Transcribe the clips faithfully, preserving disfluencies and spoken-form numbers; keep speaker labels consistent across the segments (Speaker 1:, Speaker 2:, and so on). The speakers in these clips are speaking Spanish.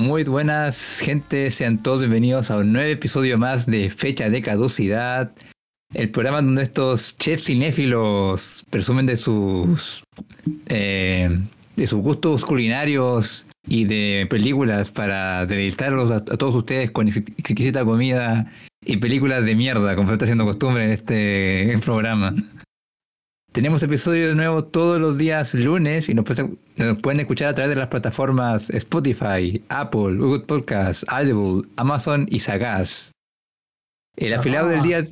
Speaker 1: Muy buenas, gente. Sean todos bienvenidos a un nuevo episodio más de Fecha de Caducidad. El programa donde estos chefs cinéfilos presumen de sus eh, de sus gustos culinarios y de películas para deleitarlos a, a todos ustedes con exquisita comida y películas de mierda, como se está haciendo costumbre en este programa. Tenemos episodio de nuevo todos los días lunes y nos pueden, nos pueden escuchar a través de las plataformas Spotify, Apple, Google Podcasts, Audible, Amazon y Sagaz. El afiliado del día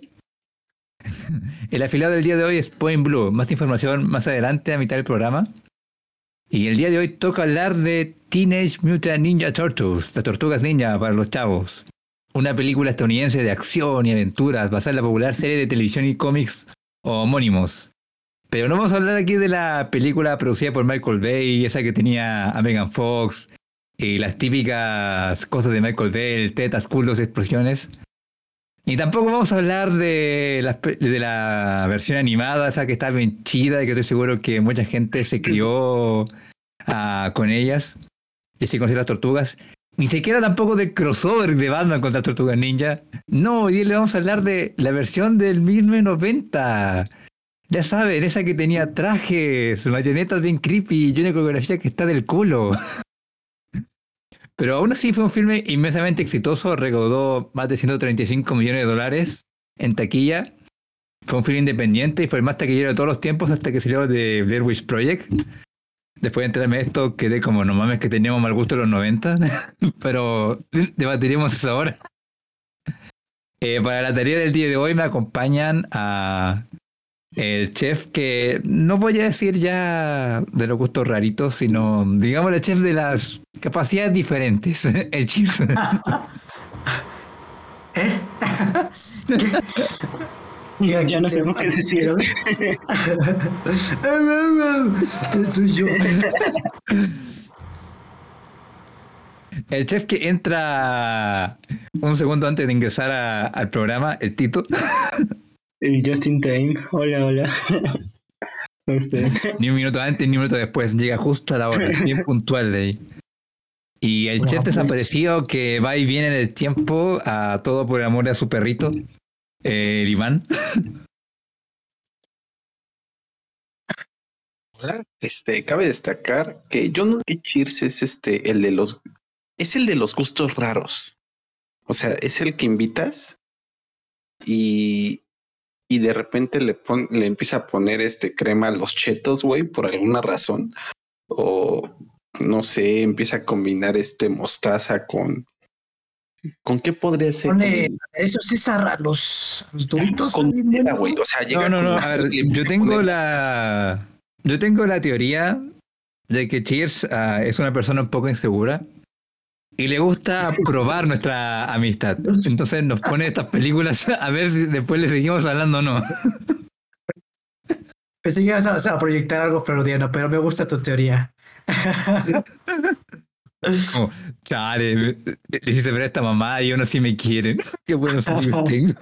Speaker 1: el afiliado del día de hoy es Point Blue. Más información más adelante a mitad del programa. Y el día de hoy toca hablar de Teenage Mutant Ninja Turtles, las tortugas ninja para los chavos. Una película estadounidense de acción y aventuras basada en la popular serie de televisión y cómics homónimos. Pero no vamos a hablar aquí de la película producida por Michael Bay, esa que tenía a Megan Fox, y las típicas cosas de Michael Bay, tetas, culos, explosiones. Ni tampoco vamos a hablar de la, de la versión animada, esa que está bien chida y que estoy seguro que mucha gente se crió uh, con ellas y se conoció las tortugas. Ni siquiera tampoco del crossover de Batman contra las tortugas ninja. No, hoy día le vamos a hablar de la versión del mil novecientos noventa. Ya saben, esa que tenía trajes, marionetas bien creepy y una coreografía que está del culo. Pero aún así fue un filme inmensamente exitoso, recaudó más de ciento treinta y cinco millones de dólares en taquilla. Fue un filme independiente y fue el más taquillero de todos los tiempos hasta que salió de Blair Witch Project. Después de enterarme de esto, quedé como, no mames que teníamos mal gusto en los noventa, pero debatiremos eso ahora. Eh, para la tarea del día de hoy me acompañan a el chef que no voy a decir ya de los gustos raritos, sino digamos el chef de las capacidades diferentes, el chef.
Speaker 2: ¿Eh? Ya, ya no sé qué decir. Soy yo.
Speaker 1: El chef que entra un segundo antes de ingresar a, al programa, el Tito.
Speaker 2: Just in time. Hola, hola.
Speaker 1: Ni un minuto antes ni un minuto después, llega justo a la hora, bien puntual de ahí. Y el chef desaparecido que va y viene en el tiempo, a todo por el amor de su perrito, eh, el Iván.
Speaker 3: Hola, este, cabe destacar que John Cheers es este, el de los, es el de los gustos raros. O sea, es el que invitas y, y de repente le pon, le empieza a poner este crema a los chetos, güey, por alguna razón. O no sé, empieza a combinar este mostaza con, ¿con qué podría ser?
Speaker 2: Pone, con... Eso César, a los, los duritos.
Speaker 3: Con nutella, güey. O sea, llega
Speaker 1: no, no, no,
Speaker 3: con
Speaker 1: a ver, yo tengo la, yo tengo la teoría de que Cheers uh, es una persona un poco insegura y le gusta probar nuestra amistad. Entonces nos pone estas películas a ver si después le seguimos hablando o no.
Speaker 2: Pensé que ibas a, o sea, a proyectar algo freudiano, pero me gusta tu teoría.
Speaker 1: Como, chale, le hiciste ver a esta mamá y uno sí me quieren. Qué buenos amigos tengo.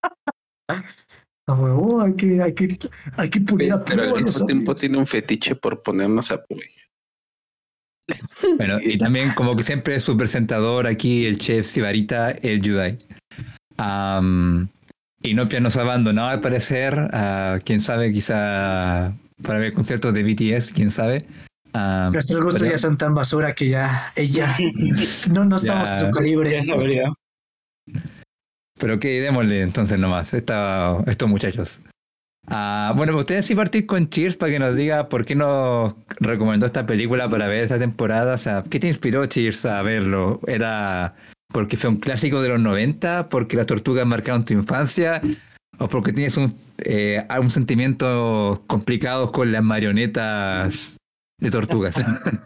Speaker 2: Oh, hay que, hay que, hay que poner a
Speaker 3: Pero al mismo tiempo tiene un fetiche por ponernos a prueba.
Speaker 1: Bueno, y también como que siempre es su presentador aquí, el chef Sibarita, el Yudai. Um, Inopia nos ha abandonado al parecer, uh, quién sabe, quizá para ver conciertos de B T S, quién sabe. Um,
Speaker 2: Nuestros gustos pero, ya son tan basura que ya ella no, no estamos a su calibre.
Speaker 3: Ya sabría.
Speaker 1: Pero que démosle entonces nomás, esta, estos muchachos. Uh, bueno, me gustaría así partir con Cheers para que nos diga por qué nos recomendó esta película para ver esta temporada. O sea, ¿qué te inspiró Cheers a verlo? ¿Era porque fue un clásico de los noventa? ¿Porque las tortugas marcaron tu infancia? ¿O porque tienes un, eh, un sentimiento complicado con las marionetas de tortugas?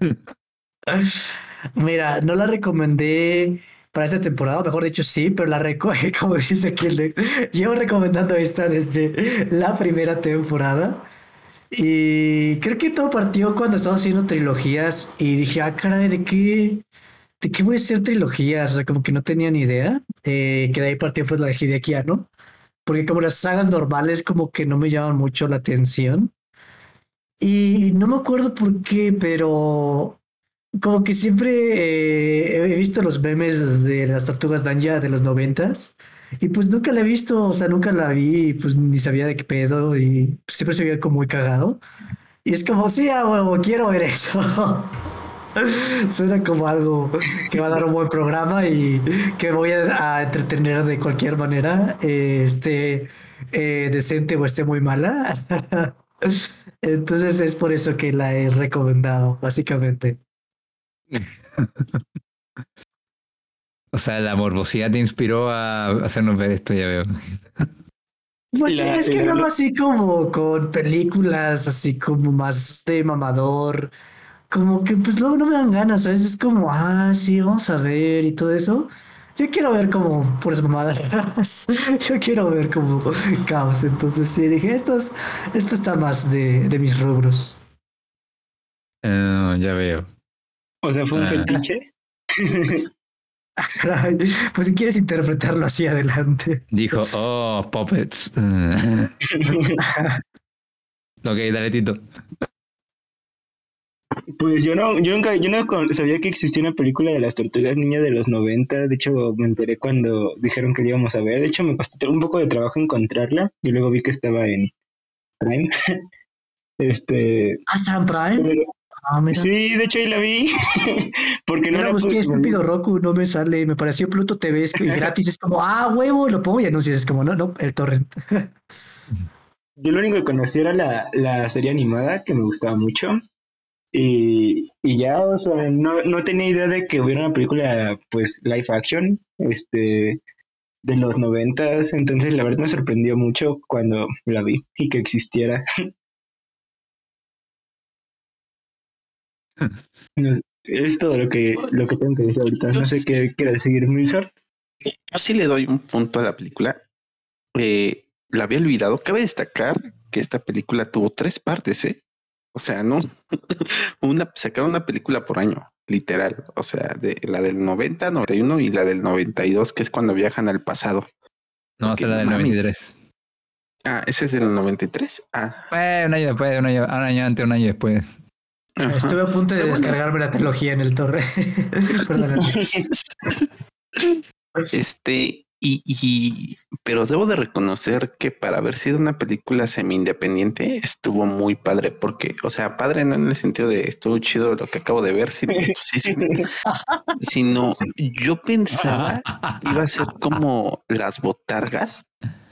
Speaker 2: Mira, no la recomendé para esta temporada, mejor dicho sí, pero la recogí, como dice aquí el Lex. Llevo recomendando esta desde la primera temporada y creo que todo partió cuando estaba haciendo trilogías y dije, ah, caray, ¿de qué, de qué voy a hacer trilogías? O sea, como que no tenía ni idea, eh, que de ahí partió pues la de Hideaki Anno, ¿no? Porque como las sagas normales como que no me llaman mucho la atención y no me acuerdo por qué, pero como que siempre eh, he visto los memes de las tortugas ninja de los noventas y pues nunca la he visto, o sea, nunca la vi, y pues ni sabía de qué pedo y pues, siempre se veía como muy cagado. Y es como, sí, a huevo, quiero ver eso. Suena como algo que va a dar un buen programa y que voy a, a entretener de cualquier manera, eh, esté eh, decente o esté muy mala. Entonces es por eso que la he recomendado, básicamente.
Speaker 1: O sea, la morbosidad te inspiró a hacernos ver esto, ya veo.
Speaker 2: Pues sí,
Speaker 4: La,
Speaker 2: es que
Speaker 4: la,
Speaker 2: no
Speaker 4: la-
Speaker 2: así como con películas, así como más de mamador, como que pues luego no me dan ganas, ¿sabes? Es como, ah, sí, vamos a ver y todo eso. Yo quiero ver como por esas mamadas. Yo quiero ver como caos. Entonces sí, dije, esto, es- esto está más de, de mis rubros.
Speaker 1: Ah, ya veo.
Speaker 4: o sea, fue un
Speaker 1: Ah,
Speaker 4: fetiche.
Speaker 2: Caray, pues si quieres interpretarlo así adelante.
Speaker 1: dijo, oh, puppets. Ah, ok, dale, Tito.
Speaker 4: Pues yo no, yo nunca, yo no con- sabía que existía una película de las tortugas niñas de los noventa. De hecho, me enteré cuando dijeron que la íbamos a ver. De hecho, me costó un poco de trabajo encontrarla y luego vi que estaba en Prime. Este,
Speaker 2: ¿Astran Prime?
Speaker 4: pero
Speaker 2: Ah, mira.
Speaker 4: sí, de hecho ahí la vi, porque
Speaker 2: Yo
Speaker 4: no
Speaker 2: la
Speaker 4: la pude.
Speaker 2: busqué, estúpido Roku, no me sale. Me pareció Pluto T V es- y gratis. Es como, ah, huevo, lo pongo y anuncios. Es como, no, no, el torrent.
Speaker 4: Yo lo único que conocía era la, la serie animada, que me gustaba mucho. Y, y ya, o sea, no, no tenía idea de que hubiera una película, pues, live action, este, de los noventas. Entonces, la verdad me sorprendió mucho cuando la vi y que existiera. No sé, es todo lo que, lo que tengo que decir ahorita.
Speaker 3: Yo,
Speaker 4: No sé
Speaker 3: sí-
Speaker 4: qué quiere seguir Mizar.
Speaker 3: yo sí le doy un punto a la película. Eh, la había olvidado. Cabe destacar que esta película tuvo tres partes, ¿eh? O sea, no, una, sacaron una película por año, literal. O sea, de la del noventa, noventa y uno y la del noventa y dos, que es cuando viajan al pasado.
Speaker 1: No, hasta
Speaker 3: Porque
Speaker 1: la
Speaker 3: no
Speaker 1: del noventa y
Speaker 3: mames.
Speaker 1: tres.
Speaker 3: Ah, ese es del noventa y tres. Ah,
Speaker 1: Eh, un año después, un año, un año antes, un año después.
Speaker 2: Estuve
Speaker 3: ajá.
Speaker 2: a punto de
Speaker 3: Pero bueno,
Speaker 2: descargarme la trilogía en el torre. Perdóname.
Speaker 3: este, y, y, pero debo de reconocer que para haber sido una película semi-independiente estuvo muy padre, porque, o sea, padre no en el sentido de estuvo chido lo que acabo de ver, sino, pues sí, sí, sino yo pensaba iba a ser como las botargas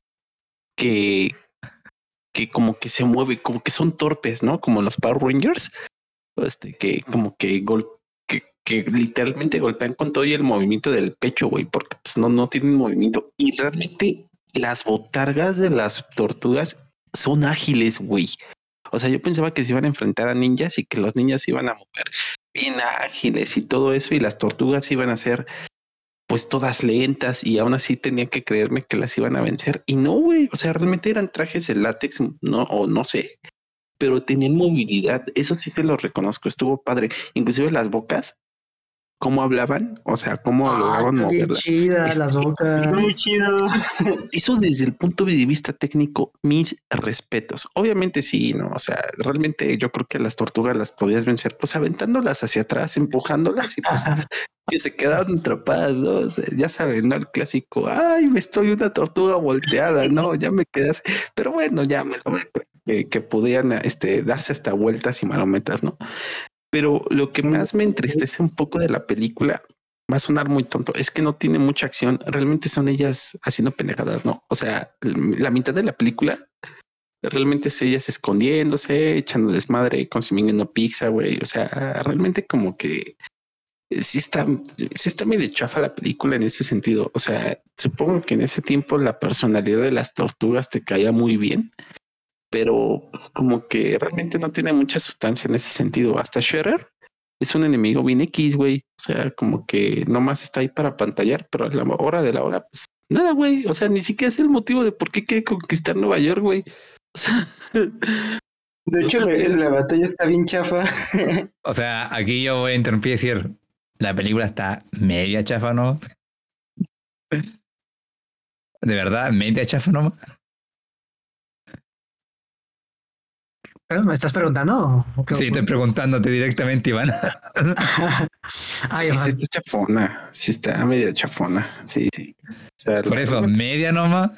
Speaker 3: que, que como que se mueven, como que son torpes, ¿no? Como los Power Rangers, este, que como que gol, que, que literalmente golpean con todo y el movimiento del pecho, güey, porque pues no, no tienen movimiento. Y realmente las botargas de las tortugas son ágiles, güey. O sea, yo pensaba que se iban a enfrentar a ninjas y que los ninjas se iban a mover bien ágiles y todo eso, y las tortugas iban a ser pues todas lentas y aún así tenía que creerme que las iban a vencer. Y no, güey, o sea, realmente eran trajes de látex, no, o no sé, pero tenían movilidad. Eso sí se lo reconozco, estuvo padre. Inclusive las bocas, cómo hablaban, o sea, cómo
Speaker 2: Ah,
Speaker 3: lograban
Speaker 2: está bien
Speaker 3: moverla.
Speaker 2: chida las
Speaker 3: Este,
Speaker 4: Está muy
Speaker 2: bocas.
Speaker 4: chido.
Speaker 3: eso, eso desde el punto de vista técnico, mis respetos. Obviamente sí, ¿no? O sea, realmente yo creo que las tortugas las podías vencer, pues aventándolas hacia atrás, empujándolas y pues que se quedaron atrapadas, ¿no? O sea, ya saben, ¿no? El clásico, ay, me estoy una tortuga volteada, ¿no? Ya me quedas, pero bueno, ya me lo voy a creer, que, que podían este, darse hasta vueltas y marometas, ¿no? Pero lo que más me entristece un poco de la película, va a sonar muy tonto, es que no tiene mucha acción, realmente son ellas haciendo pendejadas, ¿no? O sea, la mitad de la película realmente es ellas escondiéndose, echando desmadre, consumiendo pizza, güey, o sea, realmente como que sí está, sí está medio chafa la película en ese sentido. O sea, supongo que en ese tiempo la personalidad de las tortugas te caía muy bien, pero pues, como que realmente no tiene mucha sustancia en ese sentido. Hasta Shredder es un enemigo bien X, güey. O sea, como que nomás está ahí para pantallar, pero a la hora de la hora, pues nada, güey. O sea, ni siquiera es el motivo de por qué quiere conquistar Nueva York, güey. O sea,
Speaker 4: De
Speaker 3: no
Speaker 4: hecho,
Speaker 3: sé
Speaker 4: la,
Speaker 3: ustedes.
Speaker 4: la batalla está bien chafa.
Speaker 1: O sea, aquí yo voy a interrumpir y decir, la película está media chafa, ¿no? De verdad, media chafa, ¿no?
Speaker 2: ¿Me estás preguntando? ¿O qué?
Speaker 1: Sí, estoy preguntándote directamente, Iván.
Speaker 2: Ay,
Speaker 3: Sí,
Speaker 2: Iván.
Speaker 3: está chafona, sí está media chafona, sí, sí. O sea,
Speaker 1: Por
Speaker 3: la
Speaker 1: eso,
Speaker 3: verdad,
Speaker 1: media nomás.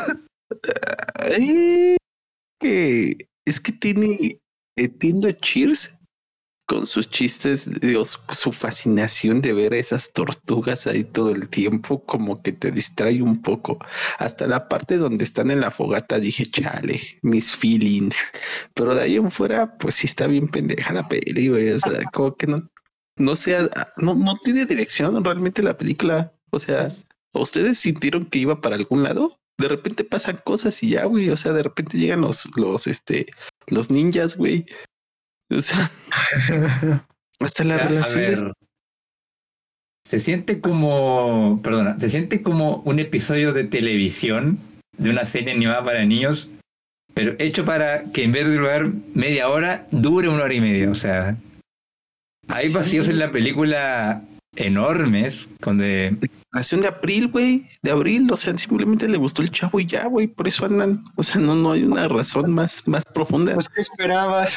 Speaker 3: ay, que es que tiene, entiendo a Cheers con sus chistes, digo, su, su fascinación de ver a esas tortugas ahí todo el tiempo, como que te distrae un poco. Hasta la parte donde están en la fogata dije, chale, mis feelings. Pero de ahí en fuera, pues sí está bien pendeja la peli, güey. O sea, como que no, no sea, no, no tiene dirección realmente la película. O sea, ¿ustedes sintieron que iba para algún lado? De repente pasan cosas y ya, güey. O sea, de repente llegan los, los, este, los ninjas, güey. O sea, hasta la
Speaker 1: Ya, a
Speaker 3: relación de...
Speaker 1: ver, se siente como, perdona, se siente como un episodio de televisión de una serie animada para niños, pero hecho para que en vez de durar media hora, dure una hora y media. O sea, hay vacíos en la película enormes, donde
Speaker 3: relación de abril, güey, de abril, o sea, simplemente le gustó el chavo y ya, güey, por eso andan, o sea, no, no hay una razón más, más profunda.
Speaker 4: Pues, ¿qué esperabas?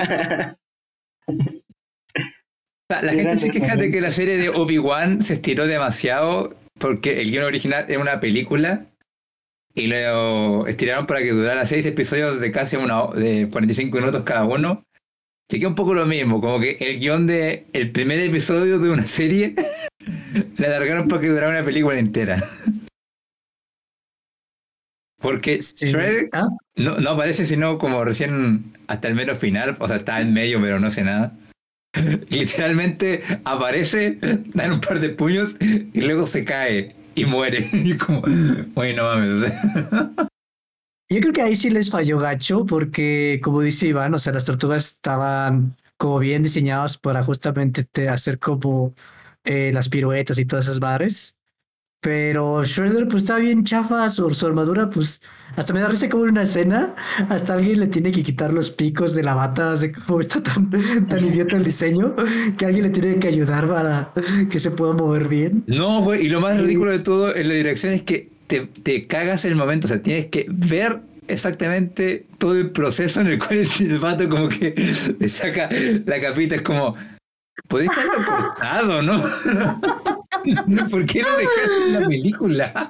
Speaker 1: la, la
Speaker 4: Era
Speaker 1: gente se
Speaker 4: el
Speaker 1: queja de que la
Speaker 4: momento.
Speaker 1: serie de Obi-Wan se estiró demasiado porque el guion original era una película y lo estiraron para que durara seis episodios de casi una ho- de cuarenta y cinco minutos cada uno. Que queda un poco lo mismo, como que el guión de el primer episodio de una serie le alargaron para que durara una película entera. Porque
Speaker 2: Sí.
Speaker 1: Shrek
Speaker 2: ¿Ah?
Speaker 1: no, no aparece sino como recién hasta el mero final, o sea, está en medio pero no sé nada. Literalmente aparece, dan un par de puños y luego se cae y muere. Y como, bueno, mames, o sea,
Speaker 2: Yo creo que ahí sí les falló gacho porque, como dice Iván, o sea, las tortugas estaban como bien diseñadas para justamente te hacer como eh, las piruetas y todas esas madres. Pero Shredder pues está bien chafa, su, su armadura pues hasta me da risa como en una escena, hasta alguien le tiene que quitar los picos de la bata, de cómo está tan, tan idiota el diseño, que alguien le tiene que ayudar para que se pueda mover bien.
Speaker 1: no, güey, y lo más
Speaker 2: Y,
Speaker 1: ridículo de todo en la dirección es que te, te cagas el momento, o sea, tienes que ver exactamente todo el proceso en el cual el vato como que le saca la capita, es como, podés haberlo cortado, ¿no? ¿Por qué lo dejaste en la película?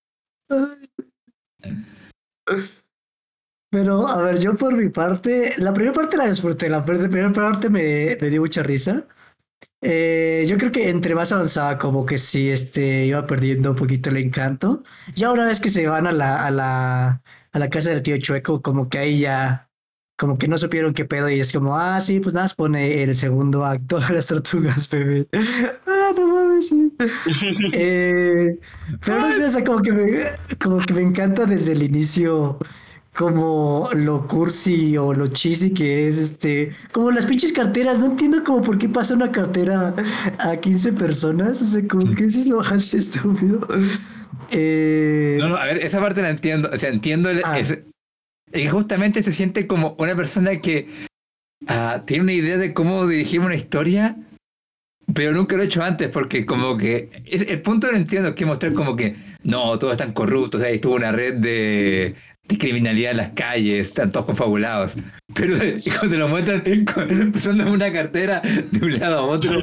Speaker 2: pero a ver, yo por mi parte, la primera parte la disfruté, la pr- primera parte me, me dio mucha risa. Eh, yo creo que entre más avanzaba, como que sí, este, iba perdiendo un poquito el encanto. Ya una vez que se van a la, a la, a la casa del tío Chueco, como que ahí ya, como que no supieron qué pedo y es como, ah, sí, pues nada, más pone el segundo acto de las tortugas, bebé. Ah, no mames, sí. Eh, pero no sé, o sea, como que me, como que me encanta desde el inicio como lo cursi o lo cheesy que es este, como las pinches carteras, no entiendo como por qué pasa una cartera a quince personas, o sea, como que eso es lo más estúpido.
Speaker 1: No,
Speaker 2: Eh,
Speaker 1: no, a ver, esa parte la entiendo, o sea, entiendo, el-
Speaker 2: ah,
Speaker 1: es, y justamente se siente como una persona que ah, tiene una idea de cómo dirigir una historia, pero nunca lo he hecho antes, porque como que es, el punto lo entiendo, es que mostrar como que no, todos están corruptos, o sea, estuvo una red de, de criminalidad en las calles, están todos confabulados. Pero cuando lo muestran con- usando una cartera de un lado a otro,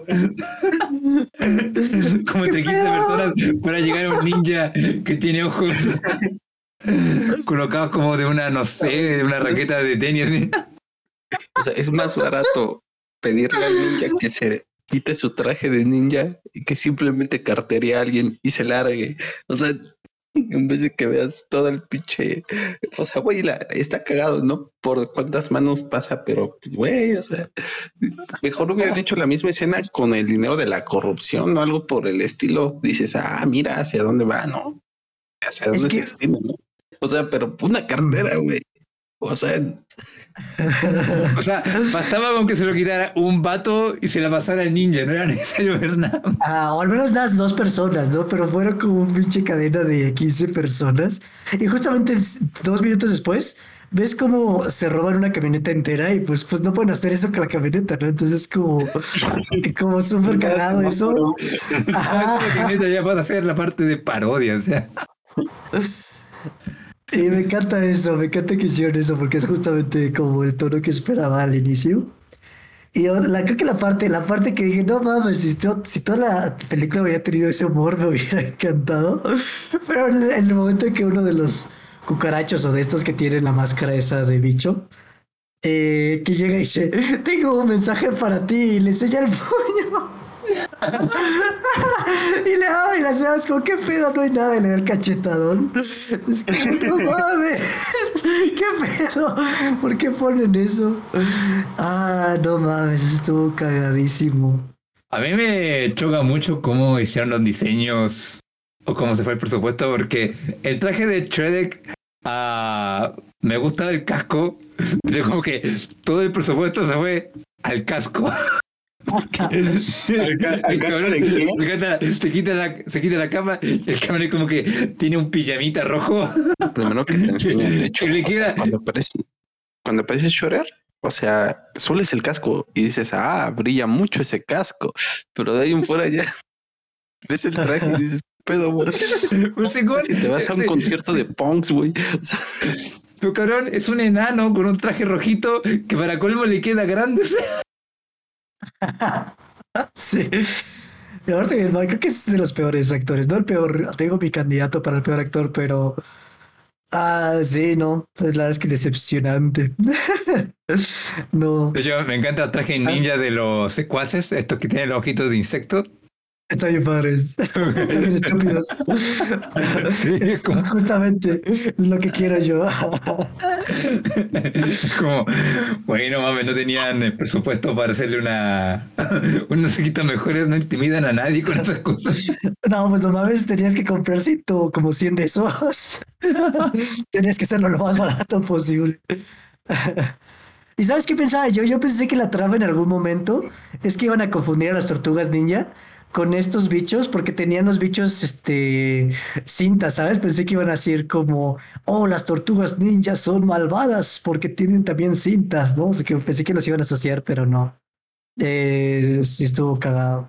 Speaker 1: como
Speaker 2: ¿qué
Speaker 1: entre quince personas
Speaker 2: pedo?
Speaker 1: para llegar a un ninja que tiene ojos colocados como de una, no sé, de una raqueta de tenis. ¿Sí?
Speaker 3: O sea, es más barato pedirle al ninja que se quite su traje de ninja y que simplemente cartere a alguien y se largue. O sea, en vez de que veas todo el pinche... O sea, güey, la- está cagado, ¿no? Por cuántas manos pasa, pero, güey, o sea, mejor hubieran hecho la misma escena con el dinero de la corrupción o algo por el estilo. Dices, ah, mira hacia dónde va, ¿no? Hacia
Speaker 2: Es
Speaker 3: dónde se
Speaker 2: que
Speaker 3: destina, ¿no? O sea, pero una cartera, güey. O sea,
Speaker 1: O sea, bastaba con que se lo quitara un vato y se la pasara al ninja, no era necesario ver nada.
Speaker 2: ah, o al menos las dos personas, ¿no? Pero fueron como un pinche cadena de quince personas. Y justamente s- dos minutos después, ves cómo se roban una camioneta entera y pues, pues no pueden hacer eso con la camioneta, ¿no? Entonces como, como súper
Speaker 4: Nada,
Speaker 2: cagado eso.
Speaker 4: semáforo.
Speaker 1: No, es que la
Speaker 2: Ajá.
Speaker 1: camioneta ya pasa a ser la parte de parodia, o sea.
Speaker 2: Y me encanta eso, me encanta que hicieron eso, porque es justamente como el tono que esperaba al inicio. Y otra- la, creo que la parte, la parte que dije, no mames, si, to- si toda la película hubiera tenido ese humor, me hubiera encantado. Pero en, en el momento en que uno de los cucarachos o de estos que tienen la máscara esa de bicho, eh, que llega y dice, tengo un mensaje para ti, y le enseña el puño. Y le abre y la señora es como, ¿qué pedo? No hay nada, y le da el cachetadón. Es como, no mames, ¿qué pedo? ¿Por qué ponen eso? Ah, no mames, eso estuvo cagadísimo.
Speaker 1: A mí me choca mucho cómo hicieron los diseños o cómo se fue el presupuesto, porque el traje de Shredder, ah, me gusta el casco, pero como que todo el presupuesto se fue al casco.
Speaker 4: ¿Al, ca- al
Speaker 1: El
Speaker 4: casco
Speaker 1: cabrón
Speaker 4: de quién?
Speaker 1: se quita, se quita la, se quita la capa y el cabrón como que tiene un pijamita rojo
Speaker 3: Primero que te enseñan, de hecho,
Speaker 1: que le
Speaker 3: o sea,
Speaker 1: queda.
Speaker 3: cuando aparece, cuando aparece Shredder, o sea, solo es el casco y dices, ah, brilla mucho ese casco, pero de ahí en fuera ya ves el traje y dices, pedo, güey.
Speaker 1: Un segundo,
Speaker 3: Si te vas a un
Speaker 1: sí,
Speaker 3: concierto
Speaker 1: sí.
Speaker 3: de punks, güey. O sea,
Speaker 1: Tu cabrón es un enano con un traje rojito que para colmo le queda grande.
Speaker 2: Sí. Y aparte, no, creo que es de los peores actores, no el peor, tengo mi candidato para el peor actor, pero... Ah, sí, no, pues la verdad es que decepcionante. No,
Speaker 1: De hecho, me encanta el traje ninja de los secuaces, estos que tienen los ojitos de insecto.
Speaker 2: está bien padres, están bien estúpidos.
Speaker 1: Sí,
Speaker 2: Es
Speaker 1: como,
Speaker 2: justamente lo que quiero yo.
Speaker 1: como, bueno, mames, no tenían el presupuesto para hacerle una unos sequitos mejores, no intimidan a nadie con esas cosas.
Speaker 2: No, pues no mames, tenías que comprar ciento como cien de esos. Tenías que hacerlo lo más barato posible. ¿Y sabes qué pensaba yo? Yo pensé que la trama en algún momento es que iban a confundir a las tortugas ninja con estos bichos porque tenían los bichos, este, cintas, ¿sabes? Pensé que iban a decir como, oh, las tortugas ninjas son malvadas porque tienen también cintas, ¿no? O sea, que pensé que los iban a asociar, pero no. Eh, sí estuvo cagado.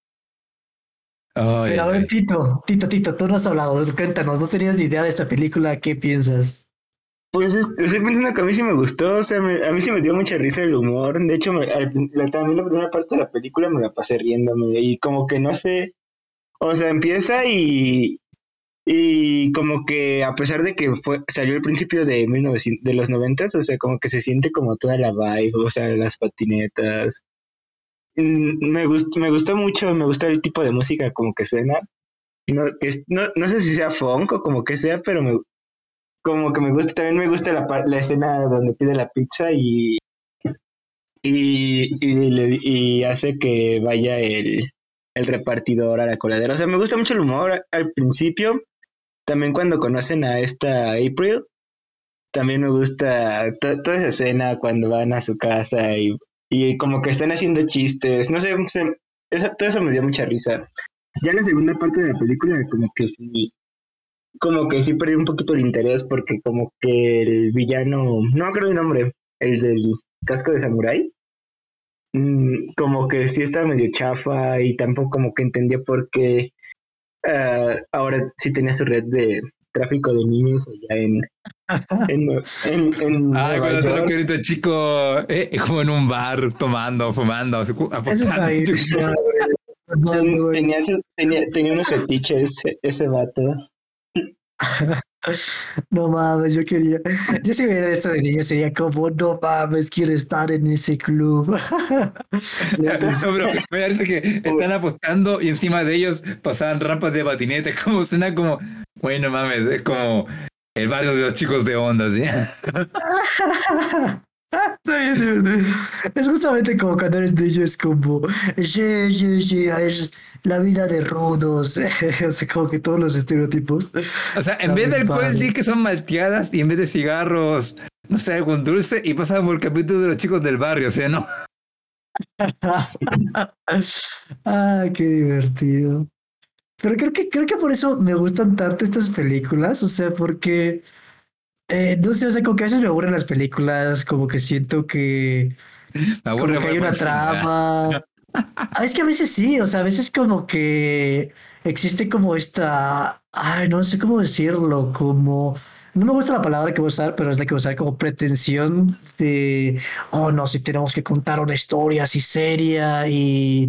Speaker 1: Ay,
Speaker 2: Pero a ver,
Speaker 1: ay.
Speaker 2: Tito, Tito, Tito, tú no has hablado, cuéntanos, no tenías ni idea de esta película, ¿qué piensas?
Speaker 4: Pues es- estoy pensando que a mí sí me gustó, o sea, me- a mí sí me dio mucha risa el humor. De hecho, me- al- la- también la primera parte de la película me la pasé riéndome y como que no sé, o sea, empieza y, y como que a pesar de que fue, salió el principio de mil novecientos, de los noventas, o sea, como que se siente como toda la vibe, o sea, las patinetas. Mm, Me gustó, me gustó mucho, me gusta el tipo de música como que suena. No, que es- no, no sé si sea funk o como que sea, pero me, como que me gusta, también me gusta la, par- la escena donde pide la pizza y, y, y, le- y hace que vaya el, el repartidor a la coladera. O sea, me gusta mucho el humor al principio. También cuando conocen a esta April, también me gusta to- toda esa escena cuando van a su casa y, y como que están haciendo chistes. No sé, se- eso- todo eso me dio mucha risa. Ya la segunda parte de la película, como que sí, como que sí perdí un poquito el interés porque como que el villano, no me acuerdo el nombre, el del casco de samurái, mm, como que sí estaba medio chafa y tampoco como que entendía por qué ah, ahora sí tenía su red de tráfico de niños allá en, en, Nue- en, en
Speaker 1: Ay,
Speaker 4: Nueva
Speaker 1: cuando está los
Speaker 4: York.
Speaker 1: queridos chicos, eh, es como en un bar, tomando, fumando,
Speaker 2: Eso está
Speaker 1: apostando.
Speaker 2: bien, madre,
Speaker 4: Ten-
Speaker 2: Fernando, güey.
Speaker 4: tenía, su- tenía, tenía unos fetiches ese vato.
Speaker 2: No mames, yo quería. Yo si hubiera esto de niño sería como, no mames, quiero estar en ese club.
Speaker 1: No, pero me parece que están apostando y encima de ellos pasaban rampas de patinete, como suena como, bueno, mames, es como el barrio de los chicos de onda, ¿sí?
Speaker 2: Está bien divertido. Es justamente como cuando eres niño, es como, sí, sí, sí, es la vida de rudos. O sea, como que todos los estereotipos.
Speaker 1: O sea, en
Speaker 2: Está
Speaker 1: vez
Speaker 2: bien
Speaker 1: del alcohol
Speaker 2: padre.
Speaker 1: di que son malteadas y en vez de cigarros, no sé, algún dulce y pasaban por el capítulo de los chicos del barrio, o sea, ¿no?
Speaker 2: Ah, qué divertido. Pero creo que, creo que por eso me gustan tanto estas películas, o sea, porque, eh, no sé, o sea, como que a veces me aburren las películas, como que siento que,
Speaker 1: Me
Speaker 2: como
Speaker 1: aburre
Speaker 2: que
Speaker 1: muy
Speaker 2: hay una
Speaker 1: buen cine, ¿eh?
Speaker 2: trama. Ah, es que a veces sí, o sea, a veces como que existe como esta, ay, no sé cómo decirlo, como no me gusta la palabra que voy a usar, pero es la que voy a usar como pretensión de, oh no, si tenemos que contar una historia así seria y,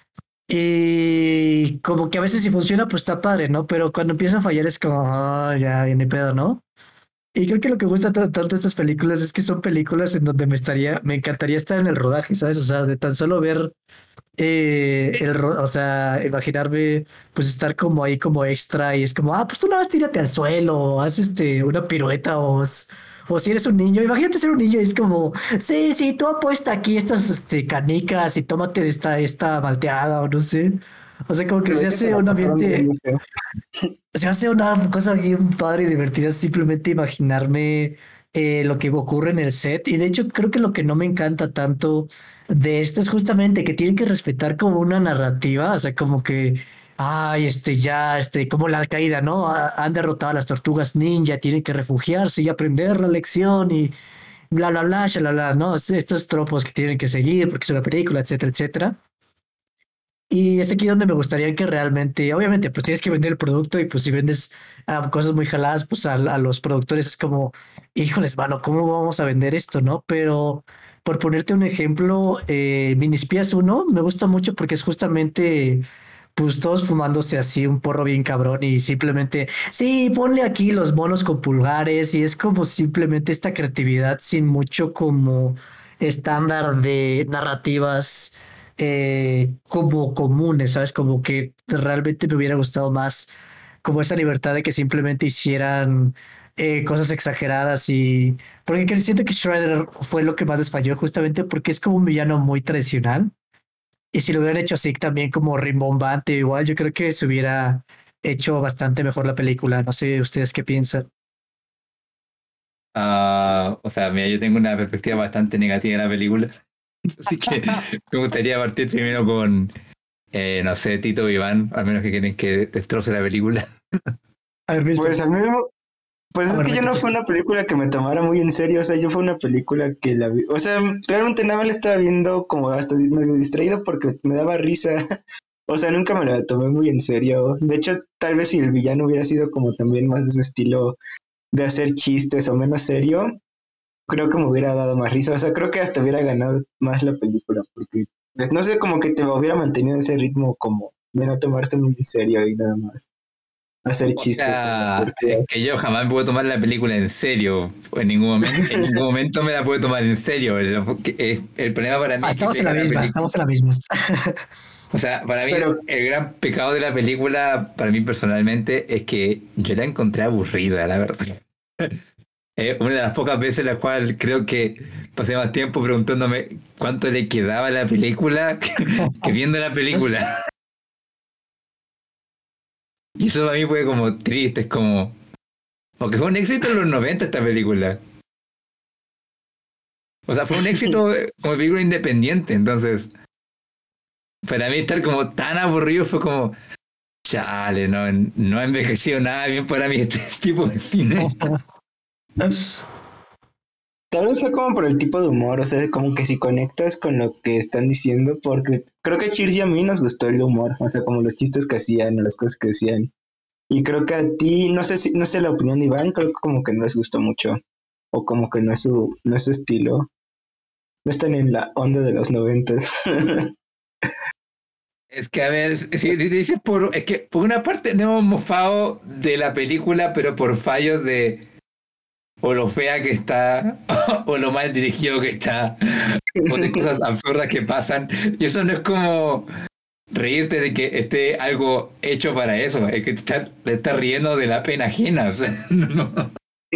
Speaker 2: y como que a veces si funciona, pues está padre, ¿no? Pero cuando empieza a fallar es como, ah, ya viene pedo, ¿no? Y creo que lo que gusta ta- tanto de estas películas es que son películas en donde me estaría, me encantaría estar en el rodaje, ¿sabes? O sea, de tan solo ver eh, el, ro- o sea, imaginarme pues estar como ahí como extra y es como, ah, pues tú nada más tírate al suelo, o haz este, una pirueta o, s- o si eres un niño, imagínate ser un niño y es como, sí, sí, tú apuesta aquí estas este, canicas y tómate esta, esta malteada o no sé. O sea, como que
Speaker 4: Se ve
Speaker 2: se
Speaker 4: que se
Speaker 2: hace
Speaker 4: la
Speaker 2: un
Speaker 4: pasaron
Speaker 2: ambiente,
Speaker 4: riéndose.
Speaker 2: se hace una cosa bien padre y divertida simplemente imaginarme eh, lo que ocurre en el set. Y de hecho, creo que lo que no me encanta tanto de esto es justamente que tienen que respetar como una narrativa, o sea, como que, ay, este, ya, este, como la caída, ¿no? Ha- Han derrotado a las tortugas ninja, tienen que refugiarse y aprender la lección y bla, bla, bla, bla, ¿no? Estos tropos que tienen que seguir porque es una película, etcétera, etcétera. Y es aquí donde me gustaría que realmente, obviamente, pues tienes que vender el producto y pues si vendes ah, cosas muy jaladas, pues a, a los productores es como, híjoles, mano, ¿cómo vamos a vender esto, no? Pero por ponerte un ejemplo, eh, Minispías uno me gusta mucho porque es justamente, pues todos fumándose así un porro bien cabrón y simplemente, sí, ponle aquí los monos con pulgares y es como simplemente esta creatividad sin mucho como estándar de narrativas eh, como comunes, ¿sabes? Como que realmente me hubiera gustado más como esa libertad de que simplemente hicieran eh, cosas exageradas y porque que- siento que Shredder fue lo que más les falló justamente porque es como un villano muy tradicional y si lo hubieran hecho así también como rimbombante igual yo creo que se hubiera hecho bastante mejor la película, no sé ustedes qué piensan.
Speaker 1: Ah, o sea, mira, yo tengo una perspectiva bastante negativa de la película. Así que me gustaría partir primero con, eh, no sé, Tito y Iván, al menos que quieren que destroce la película.
Speaker 2: A ver,
Speaker 4: Pues
Speaker 2: Wilson.
Speaker 4: a mí, pues
Speaker 2: A
Speaker 4: es
Speaker 2: ver,
Speaker 4: que yo
Speaker 2: mete
Speaker 4: no fue
Speaker 2: chiste.
Speaker 4: una película que me tomara muy en serio, o sea, yo fue una película que la vi, o sea, realmente nada más la estaba viendo como hasta medio distraído porque me daba risa, o sea, nunca me la tomé muy en serio. De hecho, tal vez si el villano hubiera sido como también más de ese estilo de hacer chistes o menos serio, creo que me hubiera dado más risa, o sea, creo que hasta hubiera ganado más la película, porque, pues no sé, como que te hubiera mantenido ese ritmo como de no tomarse muy en serio y nada más hacer
Speaker 1: O
Speaker 4: chistes con las
Speaker 1: sea, es
Speaker 4: tortugas.
Speaker 1: que yo jamás me puedo tomar la película en serio. En ningún momento, en ningún momento me la puedo tomar en serio. El, el problema para mí
Speaker 2: Ah,
Speaker 1: es que
Speaker 2: estamos en la
Speaker 1: pega la
Speaker 2: misma,
Speaker 1: película.
Speaker 2: estamos en la misma.
Speaker 1: O sea, para mí
Speaker 4: Pero
Speaker 1: el gran pecado de la película, para mí personalmente, es que yo la encontré aburrida, la verdad. Eh, una de las pocas veces en la cual creo que pasé más tiempo preguntándome cuánto le quedaba a la película que viendo la película. Y eso para mí fue como triste, es como... Porque fue un éxito en los noventa esta película. O sea, fue un éxito eh, como película independiente. Entonces, para mí estar como tan aburrido fue como... Chale, no, no ha envejecido nada bien para mí este tipo de cine.
Speaker 4: tal vez sea como por el tipo de humor, o sea, como que si conectas con lo que están diciendo, porque creo que a Cheers y a mí nos gustó el humor, o sea, como los chistes que hacían o las cosas que decían. Y creo que a ti, no sé si, no sé la opinión de Iván, creo que como que no les gustó mucho, o como que no es su, no es su estilo, no están en la onda de los noventas.
Speaker 1: Es que, a ver, si, si te dices por... Es que por una parte no hemos mofado de la película, pero por fallos de... O lo fea que está, o lo mal dirigido que está, o de cosas absurdas que pasan. Y eso no es como reírte de que esté algo hecho para eso, es que te estás te estás riendo de la pena ajena. O sea, no.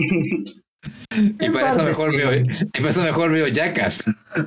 Speaker 1: Y
Speaker 2: En
Speaker 1: para eso
Speaker 2: parte
Speaker 1: mejor veo,
Speaker 2: sí.
Speaker 1: y para eso mejor veo Jackass.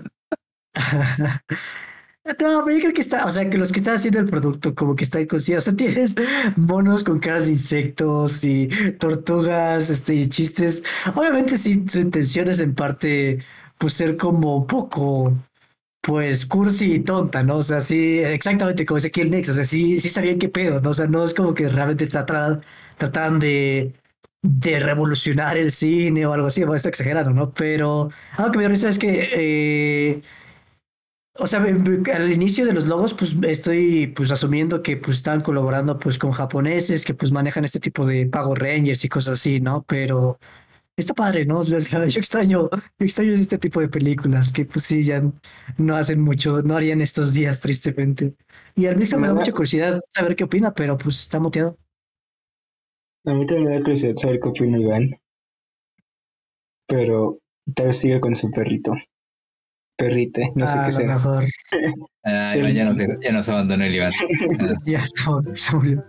Speaker 2: No, pero yo creo que está, o sea, que los que están haciendo el producto como que están conscientes, o sea, tienes monos con caras de insectos y tortugas, este, y chistes. Obviamente sí, su intención es en parte, pues, ser como un poco, pues, cursi y tonta, ¿no? O sea, sí, exactamente como dice aquí el Nex, o sea, sí, sí sabían qué pedo, ¿no? O sea, no es como que realmente está tra- tratan de, de revolucionar el cine o algo así, bueno, está exagerado, ¿no? Pero algo que me da risa es que... eh, O sea, me- me- al inicio de los logos, pues estoy pues asumiendo que pues están colaborando pues con japoneses que pues manejan este tipo de Power Rangers y cosas así, ¿no? Pero está padre, ¿no? O sea, yo extraño, yo extraño este tipo de películas que pues sí, ya no hacen mucho, no harían estos días, tristemente. Y al mismo me
Speaker 4: Me
Speaker 2: da
Speaker 4: da-
Speaker 2: mucha curiosidad saber qué opina, pero pues está muteado.
Speaker 4: a mí también me da curiosidad saber qué opina Iván, pero tal vez siga con su perrito. Perrite, no sé
Speaker 2: A
Speaker 4: qué
Speaker 2: lo
Speaker 4: sea.
Speaker 2: mejor
Speaker 1: Ah, Iván ya nos, ya nos abandonó el Iván. Ah,
Speaker 2: ya se murió. Se murió.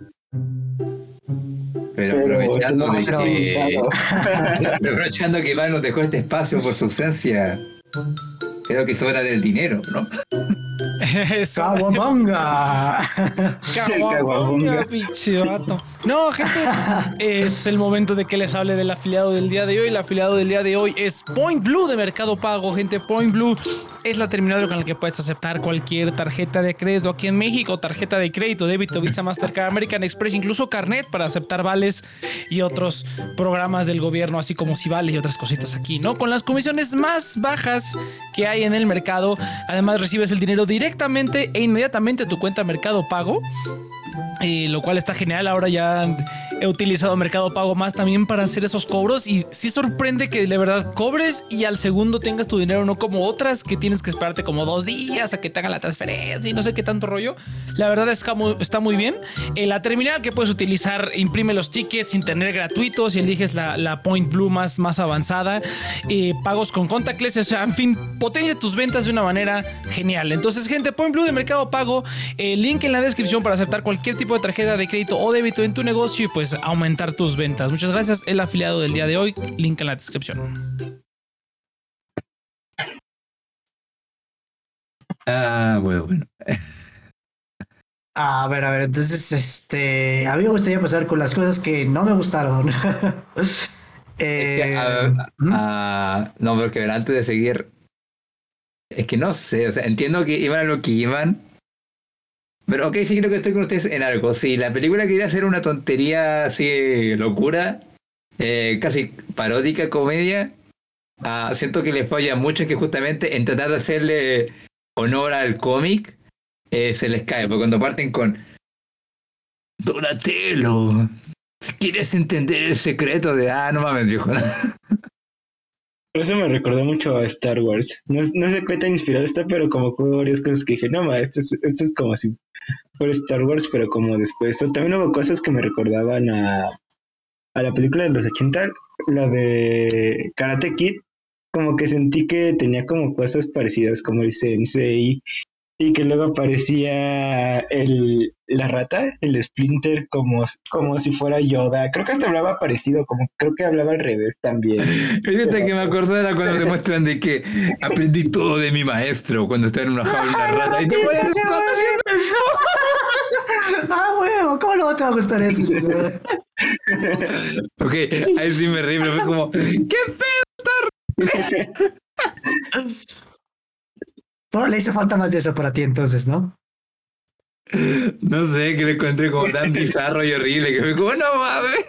Speaker 1: pero
Speaker 4: Pero
Speaker 1: aprovechando
Speaker 4: tenemos
Speaker 1: de
Speaker 4: un
Speaker 2: pero-
Speaker 1: que.
Speaker 4: invitado.
Speaker 1: Aprovechando que Iván nos dejó este espacio por su ausencia, creo que es hora del dinero, ¿no?
Speaker 5: Eso.
Speaker 2: ¡Kawabanga!
Speaker 5: Caguabonga,
Speaker 4: Caguabonga.
Speaker 5: pinche vato. No, gente, es el momento de que les hable del afiliado del día de hoy. El afiliado del día de hoy es Point Blue de Mercado Pago, gente. Point Blue es la terminal con la que puedes aceptar cualquier tarjeta de crédito aquí en México, tarjeta de crédito, débito, Visa, Mastercard, American Express, incluso Carnet para aceptar vales y otros programas del gobierno, así como Civales y otras cositas aquí, ¿no? Con las comisiones más bajas que hay en el mercado. Además, recibes el dinero directamente e inmediatamente a tu cuenta Mercado Pago. Eh, lo cual está genial. Ahora ya he utilizado Mercado Pago más también para hacer esos cobros y sí sorprende que de verdad cobres y al segundo tengas tu dinero, no como otras que tienes que esperarte como dos días a que te hagan la transferencia y no sé qué tanto rollo. La verdad es que muy, está muy bien. Eh, la terminal que puedes utilizar imprime los tickets, internet gratuito si eliges la, la Point Blue más, más avanzada, eh, pagos con contactless, o sea, en fin, potencia tus ventas de una manera genial. Entonces, gente, Point Blue de Mercado Pago, eh, link en la descripción para aceptar cualquier tipo de tarjeta de crédito o débito en tu negocio y pues aumentar tus ventas. Muchas gracias, el afiliado del día de hoy, link en la descripción.
Speaker 1: Ah, bueno, bueno.
Speaker 2: A ver, a ver, entonces, este, a mí me gustaría pasar con las cosas que no me gustaron.
Speaker 1: Es que,
Speaker 2: eh,
Speaker 1: ah,
Speaker 2: ¿hmm?
Speaker 1: ah, no, porque a ver, antes de seguir, es que no sé, o sea, entiendo que iban a lo que iban, pero ok, sí creo que estoy con ustedes en algo. Si la película quería hacer una tontería así, locura, eh, casi paródica, comedia, ah, siento que le falla mucho en que justamente en tratar de hacerle honor al cómic, eh, se les cae, porque cuando parten con Donatello, si quieres entender el secreto de, ah, no mames, viejo.
Speaker 4: Eso me recordó mucho a Star Wars. No, no sé qué tan inspirado está, pero como que hubo varias cosas que dije, no, ma, esto es, esto es como si fuera Star Wars, pero como después. También hubo cosas que me recordaban a, a la película de los ochenta, la de Karate Kid. Como que sentí que tenía como cosas parecidas, como el Sensei, y que luego aparecía el, la rata, el Splinter, como, como si fuera Yoda. Creo que hasta hablaba parecido, como creo que hablaba al revés también.
Speaker 1: Fíjate que me acordé era cuando te muestran de que aprendí todo de mi maestro cuando estaba en una jaula una rata y te pones
Speaker 2: ¡Ah, huevo! ¿Cómo no te va a gustar eso?
Speaker 1: ok, ahí sí me reí, pero fue como ¿qué pedo?
Speaker 2: Bueno, le hizo falta más de eso para ti entonces, ¿no?
Speaker 1: No sé, que lo encontré como tan bizarro y horrible que fue como no mames.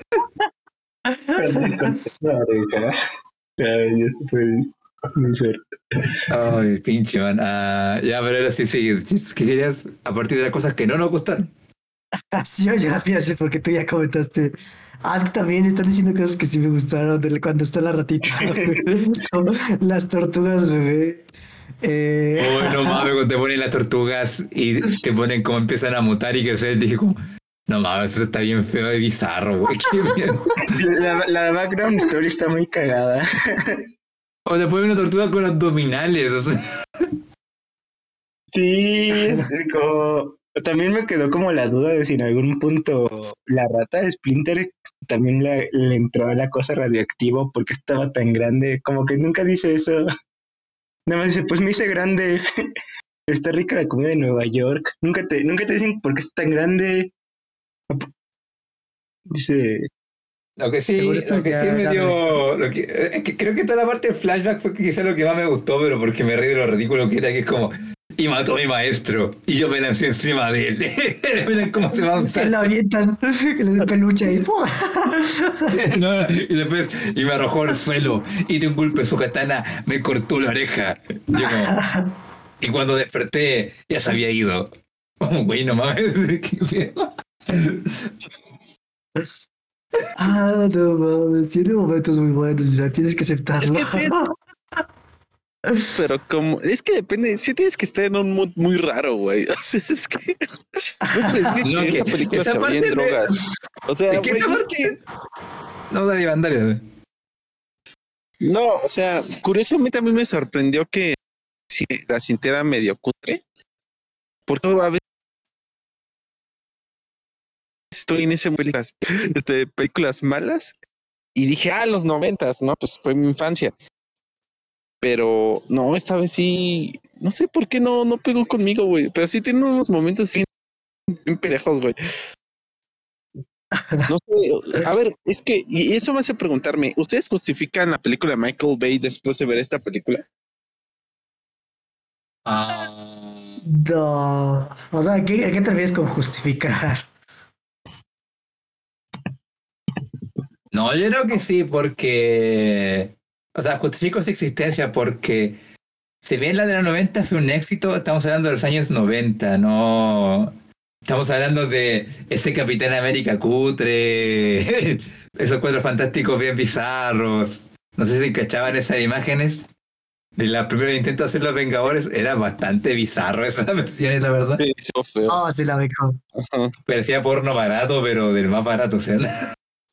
Speaker 4: Ay, eso fue muy suerte.
Speaker 1: Ay, pinche man. Ah, ya, pero ahora sí, sí, ¿qué querías a partir de las cosas que no nos gustaron?
Speaker 2: Sí, yo ya las vi así porque tú ya comentaste. Ah, es que también están diciendo cosas que sí me gustaron de cuando está la ratita. Las tortugas, bebé. Eh,
Speaker 1: Oh, no mames, cuando te ponen las tortugas y te ponen como empiezan a mutar y crecer, dije como, no mames, esto está bien feo y bizarro, güey, qué miedo.
Speaker 4: La, la background story está muy cagada.
Speaker 1: O te ponen una tortuga con abdominales, o sea.
Speaker 4: Sí, es como... También me quedó como la duda de si en algún punto la rata Splinter también le, le entró a la cosa radioactiva porque estaba tan grande. Como que nunca dice eso. Nada más dice, pues me hice grande. Está rica la comida de Nueva York. Nunca te, nunca te dicen por qué está tan grande. Dice...
Speaker 1: Lo que sí,
Speaker 2: Seguro esto
Speaker 1: lo que
Speaker 2: ya
Speaker 1: sí me
Speaker 2: da
Speaker 1: dio. Lo que, eh, que creo que toda la parte del flashback fue quizá lo que más me gustó, pero porque me reí de lo ridículo que era, que es como. Y mató a mi maestro. Y yo me lancé encima de él. Miren cómo se va a
Speaker 2: que
Speaker 1: usar.
Speaker 2: lo avientan el peluche ahí.
Speaker 1: No, y después, y me arrojó al suelo. Y de un golpe su katana me cortó la oreja. Yo como, Y cuando desperté, ya se había ido. Oh, güey, no mames. Qué feo.
Speaker 2: Ah, no mames, tiene momentos muy buenos, ya tienes que aceptarlo.
Speaker 3: Es que sí, pero como, es que depende, sí tienes que estar en un mood muy raro, güey. O sea, es que no puedes decir
Speaker 1: No,
Speaker 3: que
Speaker 1: que
Speaker 3: esa película
Speaker 1: esa
Speaker 3: se veía en
Speaker 1: parte me-
Speaker 3: drogas. O sea,
Speaker 1: Es que
Speaker 3: güey,
Speaker 1: esa
Speaker 3: es
Speaker 1: parte-
Speaker 3: que
Speaker 1: No, dale, Iván, dale, dale.
Speaker 3: no, o sea, curiosamente a mí me sorprendió que sí, la sintiera medio cutre, porque a veces estoy en ese mundo de las este, películas malas y dije, ah, los noventas, ¿no? Pues fue mi infancia. Pero no, esta vez sí, no sé por qué no, no pegó conmigo, güey. Pero sí tiene unos momentos bien, bien pendejos, güey. No sé, a ver, es que, y eso me hace preguntarme, ¿ustedes justifican la película de Michael Bay después de ver esta película?
Speaker 1: Ah,
Speaker 2: No, o sea, ¿a qué, a qué te refieres con justificar?
Speaker 1: no, yo creo que sí, porque... O sea, justifico su existencia porque si bien la de los noventa fue un éxito, estamos hablando de los años noventa, no... Estamos hablando de ese Capitán América cutre, esos cuatro fantásticos bien bizarros. No sé si cachaban esas imágenes de la primera intento de hacer los Vengadores. Era bastante bizarro esas versiones, la verdad.
Speaker 3: Sí, estuvo feo.
Speaker 2: Oh, sí la beco.
Speaker 3: Ajá.
Speaker 1: Parecía porno barato, pero del más barato, o sea.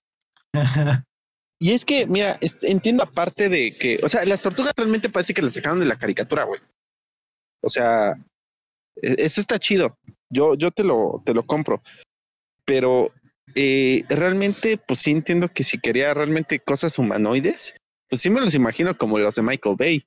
Speaker 3: Y es que, mira, es- entiendo aparte de que, o sea, las tortugas realmente parece que las sacaron de la caricatura, güey. O sea, e- eso está chido. Yo, yo te lo, te lo compro. Pero eh, realmente, pues sí entiendo que si quería realmente cosas humanoides, pues sí me los imagino como los de Michael Bay.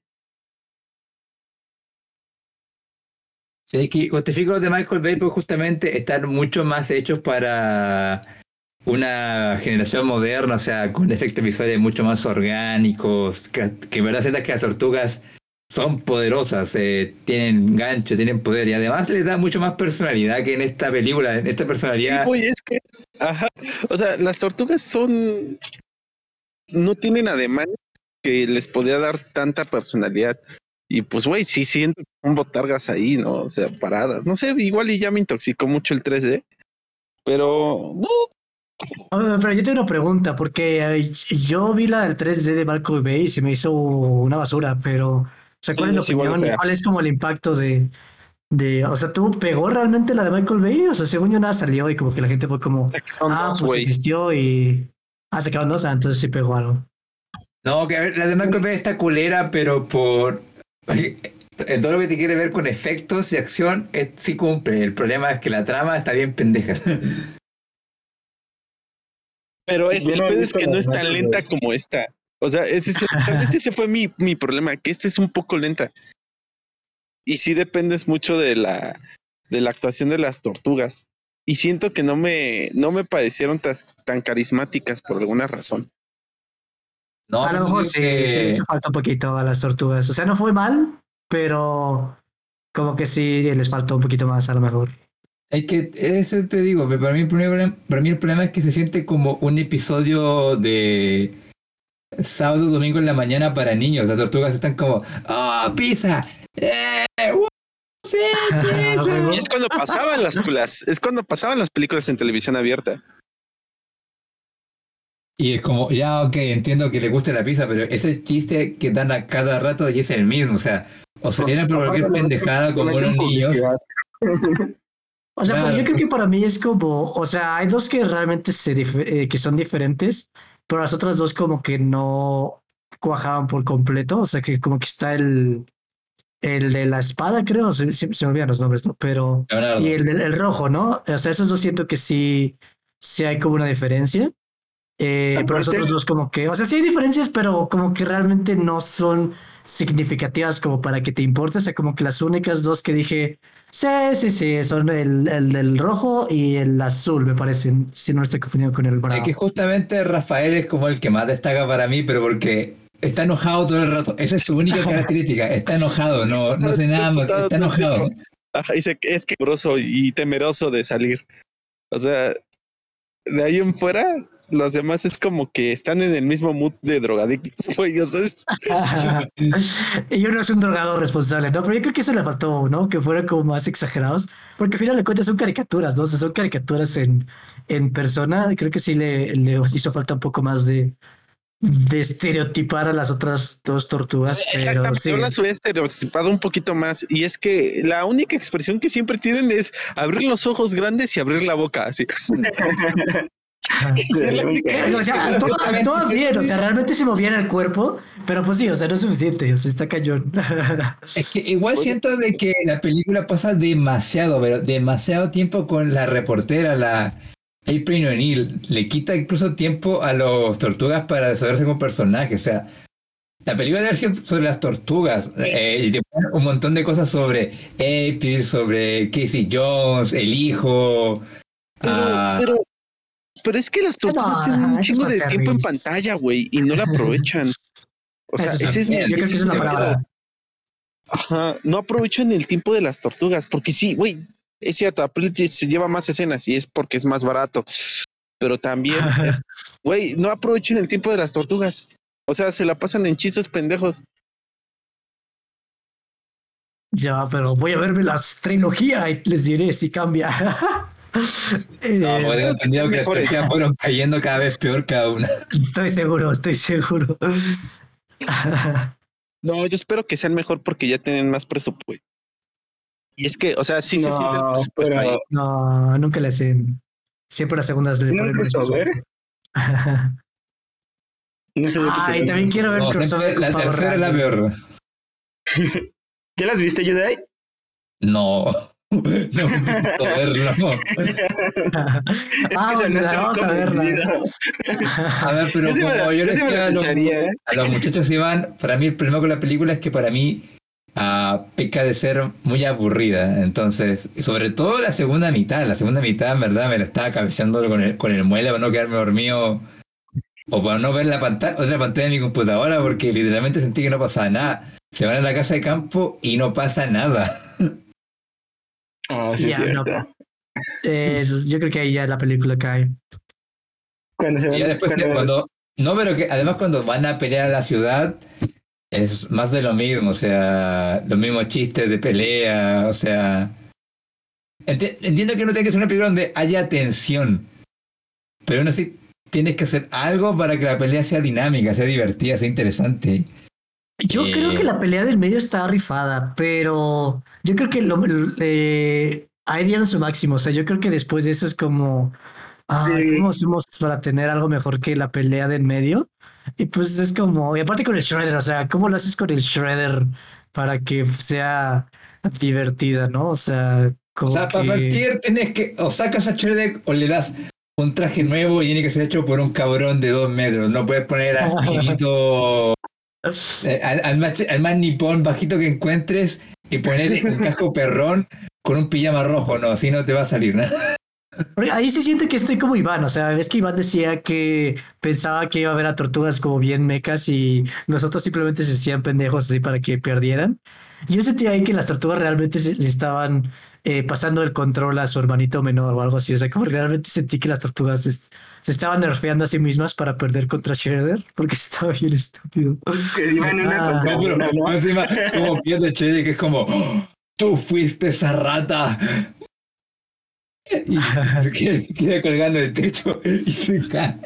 Speaker 1: Sí, que justifico los de Michael Bay porque justamente están mucho más hechos para una generación moderna, o sea, con efectos visuales mucho más orgánicos, que, que en verdad sientas que las tortugas son poderosas, eh, tienen gancho, tienen poder y además les da mucho más personalidad que en esta película, en esta
Speaker 3: Sí,
Speaker 1: personalidad.
Speaker 3: güey, es que, ajá, o sea, las tortugas son, no tienen además que les podía dar tanta personalidad. Y pues, güey, sí siento que son botargas ahí, ¿no? O sea, paradas. No sé, igual y ya me intoxicó mucho el tres D, pero no,
Speaker 2: Ah, pero yo tengo una pregunta, porque eh, yo vi la del tres D de Michael Bay y se me hizo una basura, pero, o sea,
Speaker 3: sí,
Speaker 2: ¿cuál es la
Speaker 3: es igual de
Speaker 2: opinión y
Speaker 3: fea.
Speaker 2: cuál es como el impacto de, de, o sea, ¿tú pegó realmente la de Michael Bay? O sea, según yo nada salió y como que la gente fue como,
Speaker 3: Sacaron
Speaker 2: ah,
Speaker 3: dos,
Speaker 2: pues
Speaker 3: güey.
Speaker 2: existió y, ah, se quedaron dos, ah, entonces sí pegó algo.
Speaker 1: No, que a ver, la de Michael Bay está culera, pero por... En todo lo que te quiere ver con efectos y acción, eh, sí cumple. El problema es que la trama está bien pendeja.
Speaker 3: Pero es,
Speaker 4: Yo
Speaker 3: el
Speaker 4: no he
Speaker 3: pedo es
Speaker 4: visto
Speaker 3: que
Speaker 4: la
Speaker 3: no
Speaker 4: de
Speaker 3: es tan
Speaker 4: Michael
Speaker 3: lenta
Speaker 4: Bay.
Speaker 3: como esta. O sea, ese, es el- tal vez ese fue mi, mi problema, que esta es un poco lenta. Y sí dependes mucho de la, de la actuación de las tortugas. Y siento que no me, no me parecieron tas- tan carismáticas por alguna razón.
Speaker 1: No,
Speaker 2: A lo
Speaker 1: pues
Speaker 2: mejor
Speaker 1: digo
Speaker 2: sí, sí le
Speaker 1: que...
Speaker 2: hizo falta un poquito a las tortugas. O sea, no fue mal, pero como que sí les faltó un poquito más a lo mejor.
Speaker 1: Es que eso te digo, pero para mí, el problema, para mí el problema es que se siente como un episodio de sábado domingo en la mañana para niños. Las tortugas están como, ¡oh, pizza! ¡Eh! ¡Uh, sí,
Speaker 2: ¿A
Speaker 1: pizza!
Speaker 3: Y es
Speaker 2: huevo?
Speaker 3: cuando pasaban las, las, es cuando pasaban las películas en televisión abierta.
Speaker 1: Y es como, ya, ok, entiendo que le guste la pizza, pero ese chiste que dan a cada rato y es el mismo. O sea, o salieron por
Speaker 4: Aparte
Speaker 1: cualquier
Speaker 4: le meten,
Speaker 1: pendejada
Speaker 4: le
Speaker 1: como
Speaker 4: meten
Speaker 1: unos niños.
Speaker 4: publicidad.
Speaker 2: O sea, pero yo
Speaker 1: Claro,
Speaker 2: creo
Speaker 1: pues,
Speaker 2: que para mí es como, o sea, hay dos que realmente se dif- eh, que son diferentes, pero las otras dos como que no cuajaban por completo. O sea, que como que está el, el de la espada, creo, se, se- se me olvidan los nombres, ¿no? Pero, y
Speaker 1: Leonardo.
Speaker 2: el del el rojo, ¿no? O sea, esos dos siento que sí, sí hay como una diferencia. Eh, pero los
Speaker 3: Aparte,
Speaker 2: otros dos como que, o sea, sí hay diferencias, pero como que realmente no son significativas como para que te importe. O sea, como que las únicas dos que dije, sí, sí, sí, son el, el del rojo y el azul, me parecen, si no estoy confundido con el
Speaker 1: Es que
Speaker 2: bravo.
Speaker 1: justamente Rafael es como el que más destaca para mí, pero porque está enojado todo el rato. Esa es su única característica. Está enojado, no, no sé nada más.
Speaker 3: todo
Speaker 1: Está
Speaker 3: el tiempo,
Speaker 1: enojado.
Speaker 3: ajá, dice que es quebroso y temeroso de salir. O sea, de ahí en fuera, los demás es como que están en el mismo mood de drogadictos, güey. O sea, es-
Speaker 2: Y uno es un drogado responsable, ¿no? Pero yo creo que eso le faltó, ¿no? Que fueran como más exagerados. Porque al final de cuentas son caricaturas, ¿no? O sea, son caricaturas en, en persona. Y creo que sí le, le hizo falta un poco más de, de estereotipar a las otras dos tortugas. Pero
Speaker 3: Exactamente,
Speaker 2: sí.
Speaker 3: yo las hubiera estereotipado un poquito más. Y es que la única expresión que siempre tienen es abrir los ojos grandes y abrir la boca, así. Es la única
Speaker 2: Eh, O sea, actúa- actúas bien, o sea, realmente se movían el cuerpo, pero pues sí, o sea, no es suficiente, o sea, está cañón.
Speaker 1: Es que igual siento de que la película pasa demasiado, pero demasiado tiempo con la reportera, la April O'Neil. Le quita incluso tiempo a los tortugas para desarrollarse como personaje. O sea, la película debe ser sobre las tortugas. eh, y te ponen un montón de cosas sobre April, sobre Casey Jones, el hijo.
Speaker 3: Pero,
Speaker 1: ah,
Speaker 3: pero, pero es que las tortugas
Speaker 2: No,
Speaker 3: tienen un
Speaker 2: eso es
Speaker 3: chingo de
Speaker 2: fanservice.
Speaker 3: tiempo en pantalla, güey, y no la aprovechan. O sea,
Speaker 2: Eso sí,
Speaker 3: ese es mi,
Speaker 1: yo
Speaker 2: creo que
Speaker 3: ese
Speaker 2: esa es
Speaker 3: es
Speaker 2: la
Speaker 3: mi
Speaker 2: palabra.
Speaker 3: pedo. Ajá, no aprovechan el tiempo de las tortugas, porque sí, güey, es cierto, Apple se lleva más escenas y es porque es más barato, pero también es, güey, no aprovechan el tiempo de las tortugas. O sea, se la pasan en chistes pendejos.
Speaker 2: Ya, pero voy a verme la trilogía y les diré si cambia. Eh,
Speaker 1: no, porque tengo entendido que las
Speaker 3: mejores.
Speaker 1: películas fueron cayendo cada vez peor cada una.
Speaker 2: estoy seguro, estoy seguro.
Speaker 3: No, yo espero que sean mejor porque ya tienen más presupuesto. Y es que, o sea, sí se siente el
Speaker 4: No,
Speaker 3: presupuesto ahí.
Speaker 4: pero
Speaker 2: No, nunca le hacen. Siempre las segundas le
Speaker 4: ¿no
Speaker 2: ponen menos
Speaker 4: crossover?
Speaker 2: presupuesto.
Speaker 4: No sé de qué te
Speaker 2: Ay, también
Speaker 4: refieres.
Speaker 2: quiero ver
Speaker 1: No,
Speaker 2: crossover
Speaker 1: siempre
Speaker 2: con
Speaker 1: la
Speaker 2: Power
Speaker 1: tercera es la
Speaker 2: Rangers.
Speaker 1: peor.
Speaker 4: ¿Ya las viste, Yudai?
Speaker 1: No, no puedo verlo.
Speaker 4: Es
Speaker 2: Vamos,
Speaker 4: que sonó tan
Speaker 2: vamos a verla.
Speaker 4: convencido.
Speaker 1: A ver, pero
Speaker 4: Yo sí me
Speaker 1: como
Speaker 4: la-
Speaker 1: yo
Speaker 4: yo
Speaker 1: le
Speaker 4: sí me
Speaker 1: decía
Speaker 4: la
Speaker 1: a los,
Speaker 4: echaría, ¿eh?
Speaker 1: a los muchachos Iván, para mí el problema con la película es que para mí ah, peca de ser muy aburrida. Entonces, sobre todo la segunda mitad, la segunda mitad en verdad me la estaba cabeceando con el, con el mueble para no quedarme dormido o para no ver la pantalla, otra pantalla de mi computadora porque literalmente sentí que no pasaba nada. Se van a la casa de campo y no pasa nada.
Speaker 4: Ah, sí, es
Speaker 2: Ya, no.
Speaker 4: cierto.
Speaker 2: Eh, eso- yo creo que ahí ya la película cae.
Speaker 4: Cuando se
Speaker 1: Y ya
Speaker 4: van,
Speaker 1: después,
Speaker 4: cuando,
Speaker 1: cuando, no, pero que además cuando van a pelear a la ciudad, es más de lo mismo, o sea, los mismos chistes de pelea, o sea... enti- Entiendo que no tiene que ser una película donde haya tensión, pero aún así tienes que hacer algo para que la pelea sea dinámica, sea divertida, sea interesante.
Speaker 2: Yo
Speaker 1: Eh,
Speaker 2: creo que la pelea del medio está rifada, pero yo creo que lo, eh, ahí dieron su máximo. O sea, yo creo que después de eso es como, ah,
Speaker 4: Sí.
Speaker 2: ¿cómo hacemos para tener algo mejor que la pelea del medio? Y pues es como, y aparte con el Shredder, o sea, ¿cómo lo haces con el Shredder para que sea divertida, ¿no? O sea,
Speaker 1: o
Speaker 2: como
Speaker 1: sea, para
Speaker 2: que...
Speaker 1: partir tienes que o sacas a Shredder o le das un traje nuevo y tiene que ser hecho por un cabrón de dos metros. No puedes poner al chinito, eh, al, al más, al más nipón bajito que encuentres y poner un casco perrón con un pijama rojo. No, así no te va a salir nada.
Speaker 2: Porque ahí se siente que estoy como Iván, o sea, ves que Iván decía que pensaba que iba a haber a tortugas como bien mecas y nosotros simplemente se hacían pendejos así para que perdieran. Yo sentía ahí que las tortugas realmente se- le estaban eh, pasando el control a su hermanito menor o algo así, o sea, como realmente sentí que las tortugas es- se estaban nerfeando a sí mismas para perder contra Shredder porque estaba bien estúpido.
Speaker 4: que iban una
Speaker 2: Ah.
Speaker 4: contra
Speaker 1: No, pero
Speaker 4: una, ¿no?
Speaker 1: encima, como pierde Shredder, que es como, "Oh, tú fuiste esa rata. Y se queda, queda colgando del techo y se cae.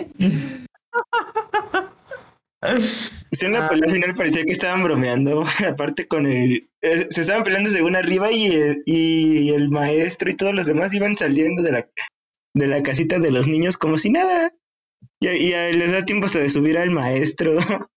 Speaker 4: Sí, en la
Speaker 2: Ah.
Speaker 4: pelea final parecía que estaban bromeando, aparte con el... eh, se estaban peleando según arriba y el, y el maestro y todos los demás iban saliendo de la, de la casita de los niños como si nada. Y, y a- les da tiempo hasta de subir al maestro.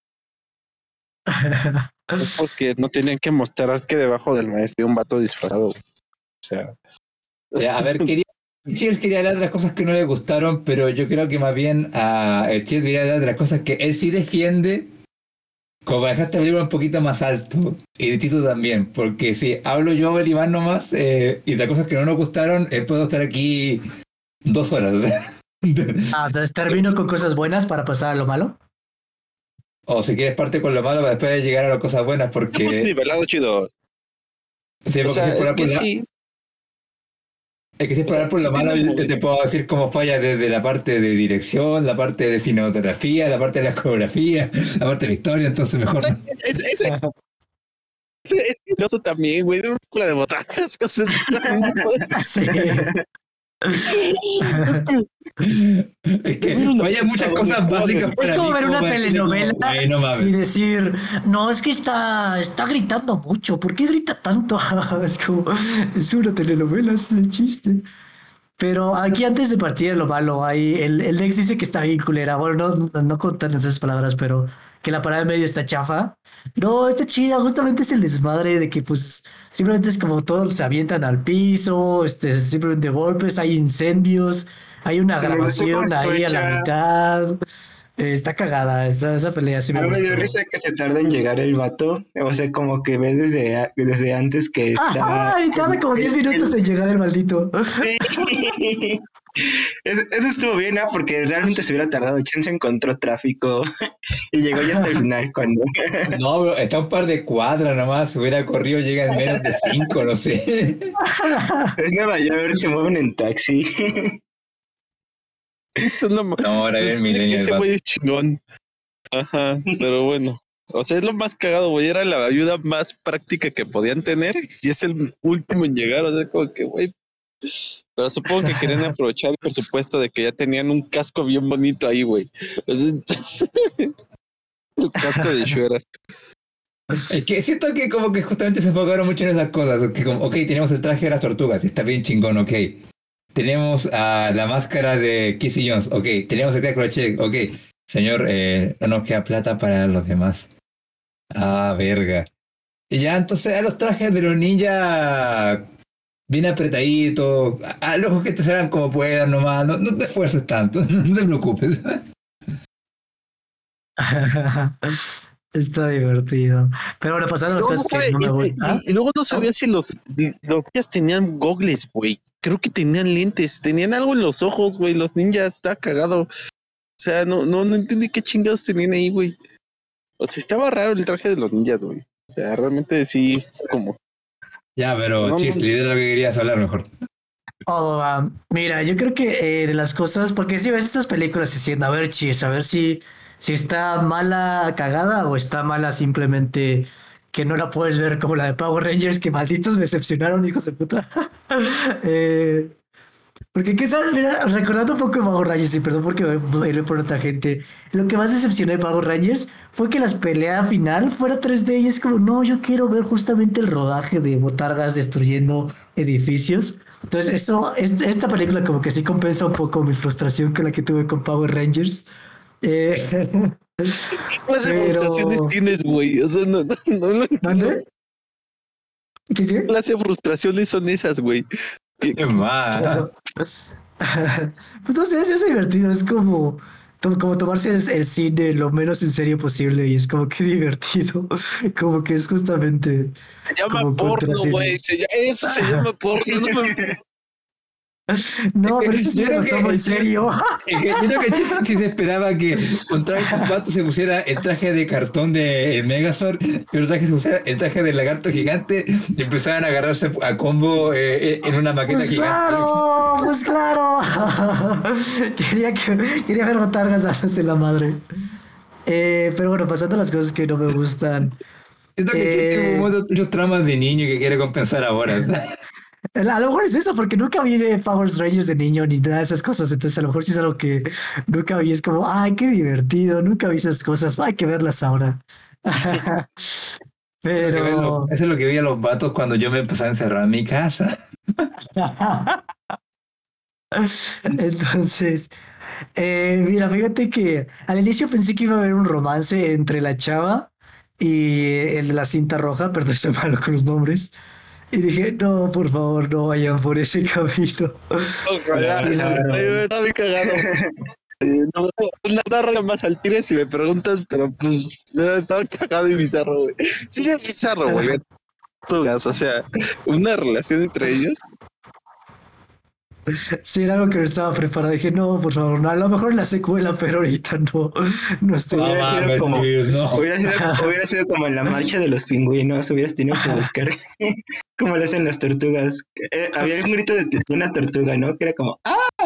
Speaker 3: Es porque no tenían que mostrar que debajo del maestro hay un vato disfrazado, güey. O sea,
Speaker 1: Ya, a ver, quería, Cheers quería hablar de las cosas que no le gustaron, pero yo creo que más bien a el Cheers quería hablar de las cosas que él sí defiende, como para dejar esta película un poquito más alto, y de Tito también, porque si hablo yo, el Iván nomás, eh, y de cosas que no nos gustaron, eh, puedo estar aquí dos horas, o sea.
Speaker 2: Ah, entonces termino con cosas buenas para pasar a lo malo.
Speaker 1: O si quieres parte con lo malo para después llegar a las cosas buenas,
Speaker 3: hemos
Speaker 1: porque...
Speaker 3: nivelado chido.
Speaker 1: Sí,
Speaker 3: O
Speaker 1: porque
Speaker 3: sea,
Speaker 1: si por
Speaker 3: es que
Speaker 1: ejemplo,
Speaker 3: sí.
Speaker 1: Es que si es para por lo malo, yo te puedo decir cómo falla desde la parte de dirección, la parte de cinematografía, la parte de la coreografía, la parte de la historia, entonces mejor.
Speaker 3: Es, es, es, es filoso también, güey, de una película de botargas. O sea,
Speaker 2: Sí.
Speaker 1: Es que falla muchas cosas básicas.
Speaker 2: Es
Speaker 1: para
Speaker 2: como
Speaker 1: mí,
Speaker 2: ver una
Speaker 1: para decirle
Speaker 2: telenovela
Speaker 1: como, güey, no mames.
Speaker 2: y decir, no, es que está, está gritando mucho, ¿por qué grita tanto? Es como, es una telenovela, es el chiste. Pero aquí antes de partir de lo malo, hay, el, el Lex dice que está bien culera. Bueno, no, no, no con tan esas palabras, pero que la parada en medio está chafa. No, está chida, justamente es el desmadre de que pues simplemente es como todos se avientan al piso, este, simplemente golpes, hay incendios, hay una
Speaker 4: Me gustó cómo
Speaker 2: grabación ahí a la
Speaker 4: escucha.
Speaker 2: mitad. Eh, está cagada, esa, esa pelea sí
Speaker 4: A
Speaker 2: me
Speaker 4: mí me dio
Speaker 2: gustó.
Speaker 4: risa que se tarda en llegar el vato. O sea, como que ve desde, a- desde antes que está.
Speaker 2: Ajá, y tarda como diez minutos en llegar el maldito.
Speaker 4: Sí. Es- Eso estuvo bien, ¿ah? Porque realmente se hubiera tardado. Chance encontró tráfico y llegó ya hasta el final cuando.
Speaker 1: No, bro, está un par de cuadras nomás. Si hubiera corrido, llega en menos de cinco, no sé.
Speaker 4: En Nueva York se mueven en taxi.
Speaker 3: Eso no,
Speaker 1: No, ahora
Speaker 3: se
Speaker 1: bien,
Speaker 3: supone que
Speaker 1: Millennial
Speaker 3: ese
Speaker 1: va.
Speaker 3: güey es chingón. Ajá, pero bueno. O sea, es lo más cagado, güey. Era la ayuda más práctica que podían tener y es el último en llegar. O sea, como que, güey. Pero supongo que querían aprovechar, por supuesto, de que ya tenían un casco bien bonito ahí, güey. O sea, el casco de Shredder.
Speaker 1: Es que siento que como que justamente se enfocaron mucho en esas cosas. Que como, ok, tenemos el traje de las tortugas, está bien chingón, ok. Tenemos a la máscara de Kissy Jones, ok. Tenemos el crochet, ok. Señor, eh, no nos queda plata para los demás. Ah, verga. Y ya, entonces a los trajes de los ninjas bien apretaditos, a, a los ojos que te salgan como puedan nomás, no, no te esfuerces tanto, no te preocupes.
Speaker 2: Está divertido. Pero bueno, pasando a las
Speaker 3: Luego no
Speaker 2: cosas que
Speaker 3: sabe-
Speaker 2: no me
Speaker 3: y,
Speaker 2: gustan.
Speaker 3: y- y luego no sabía si los los ninjas tenían gogles, güey. Creo que tenían lentes, tenían algo en los ojos, güey. Los ninjas, está cagado. O sea, no, no, no entendí qué chingados tenían ahí, güey. O sea, estaba raro el traje de los ninjas, güey. O sea, realmente sí, como.
Speaker 1: Ya, pero
Speaker 3: No,
Speaker 1: Chis,
Speaker 3: no,
Speaker 1: la idea de lo que querías hablar mejor.
Speaker 2: Oh, ah, mira, yo creo que eh, de las cosas, porque si ves estas películas diciendo, a ver, chis, a ver si, si está mala cagada o está mala simplemente que no la puedes ver como la de Power Rangers, que malditos me decepcionaron, hijos de puta. Eh, porque quizás, mira, recordando un poco de Power Rangers, y perdón porque voy a ir por otra gente, lo que más decepcionó de Power Rangers fue que las peleas final fuera tres D y es como, no, yo quiero ver justamente el rodaje de botargas destruyendo edificios. Entonces, esto, es- esta película como que sí compensa un poco mi frustración con la que tuve con Power Rangers. Eh,
Speaker 3: ¿qué clase de frustraciones
Speaker 2: pero...
Speaker 3: tienes, güey? O sea, no, no, no lo entiendo.
Speaker 2: ¿Mande? ¿Qué
Speaker 3: ¿Qué
Speaker 2: qué?
Speaker 3: clase de frustraciones son esas, güey? ¿Qué-
Speaker 1: ¿Qué más?
Speaker 2: Pues no sé, es, es divertido, es como, to- como tomarse el, el cine lo menos en serio posible y es como que divertido, como que es justamente
Speaker 3: Se llama
Speaker 2: como contra
Speaker 3: porno,
Speaker 2: cine.
Speaker 3: güey. Se lla- eso se llama porno. No me-
Speaker 2: No, pero eso sí
Speaker 1: Yo
Speaker 2: me
Speaker 1: creo
Speaker 2: lo
Speaker 1: que
Speaker 2: tomo en
Speaker 1: el Chis,
Speaker 2: serio.
Speaker 1: es que yo creo que el Chis sí se esperaba que un traje de pato se pusiera el traje de cartón de el Megazord, que el traje se pusiera el traje del lagarto gigante y empezaban a agarrarse a combo eh, eh, en una maqueta
Speaker 2: Pues
Speaker 1: gigante.
Speaker 2: claro, pues claro. Quería, que, quería ver botargas dándose la madre. Eh, pero bueno, pasando a las cosas que no me gustan.
Speaker 1: Siento que Chis tiene
Speaker 2: Eh,
Speaker 1: muchos muchos traumas de niño que quiere compensar ahora.
Speaker 2: A lo mejor es eso, porque nunca vi de Power Rangers de niño ni nada de esas cosas. Entonces, a lo mejor sí es algo que nunca vi. Es como, ay, qué divertido. Nunca vi esas cosas. Hay que verlas ahora.
Speaker 1: Eso es lo que ven los-
Speaker 2: Pero,
Speaker 1: eso es lo que veían los vatos cuando yo me empezaba a encerrar en mi casa.
Speaker 2: entonces, eh, mira, fíjate que al inicio pensé que iba a haber un romance entre la chava y el de la cinta roja, pero estoy malo con los nombres. Y dije, no, por favor, no vayan por ese camino.
Speaker 3: Ojalá. Ay,
Speaker 4: Claro.
Speaker 3: está bien cagado. Eh, No, no narra más al tiro si me preguntas, pero pues me estaba cagado y bizarro, güey. Sí, es bizarro, güey. Tortugas, o sea, una relación entre ellos.
Speaker 2: Sí, era algo que no estaba preparado. Dije, no, por favor, no, a lo mejor en la secuela, pero ahorita no, no estoy.
Speaker 1: No
Speaker 4: Hubiera sido
Speaker 1: mames,
Speaker 4: como,
Speaker 1: tío, no.
Speaker 4: hubiera sido, hubiera sido como en la marcha de los pingüinos, hubieras tenido que buscar cómo lo hacen las tortugas. Eh, había un grito de, de una tortuga, ¿no? Que era como,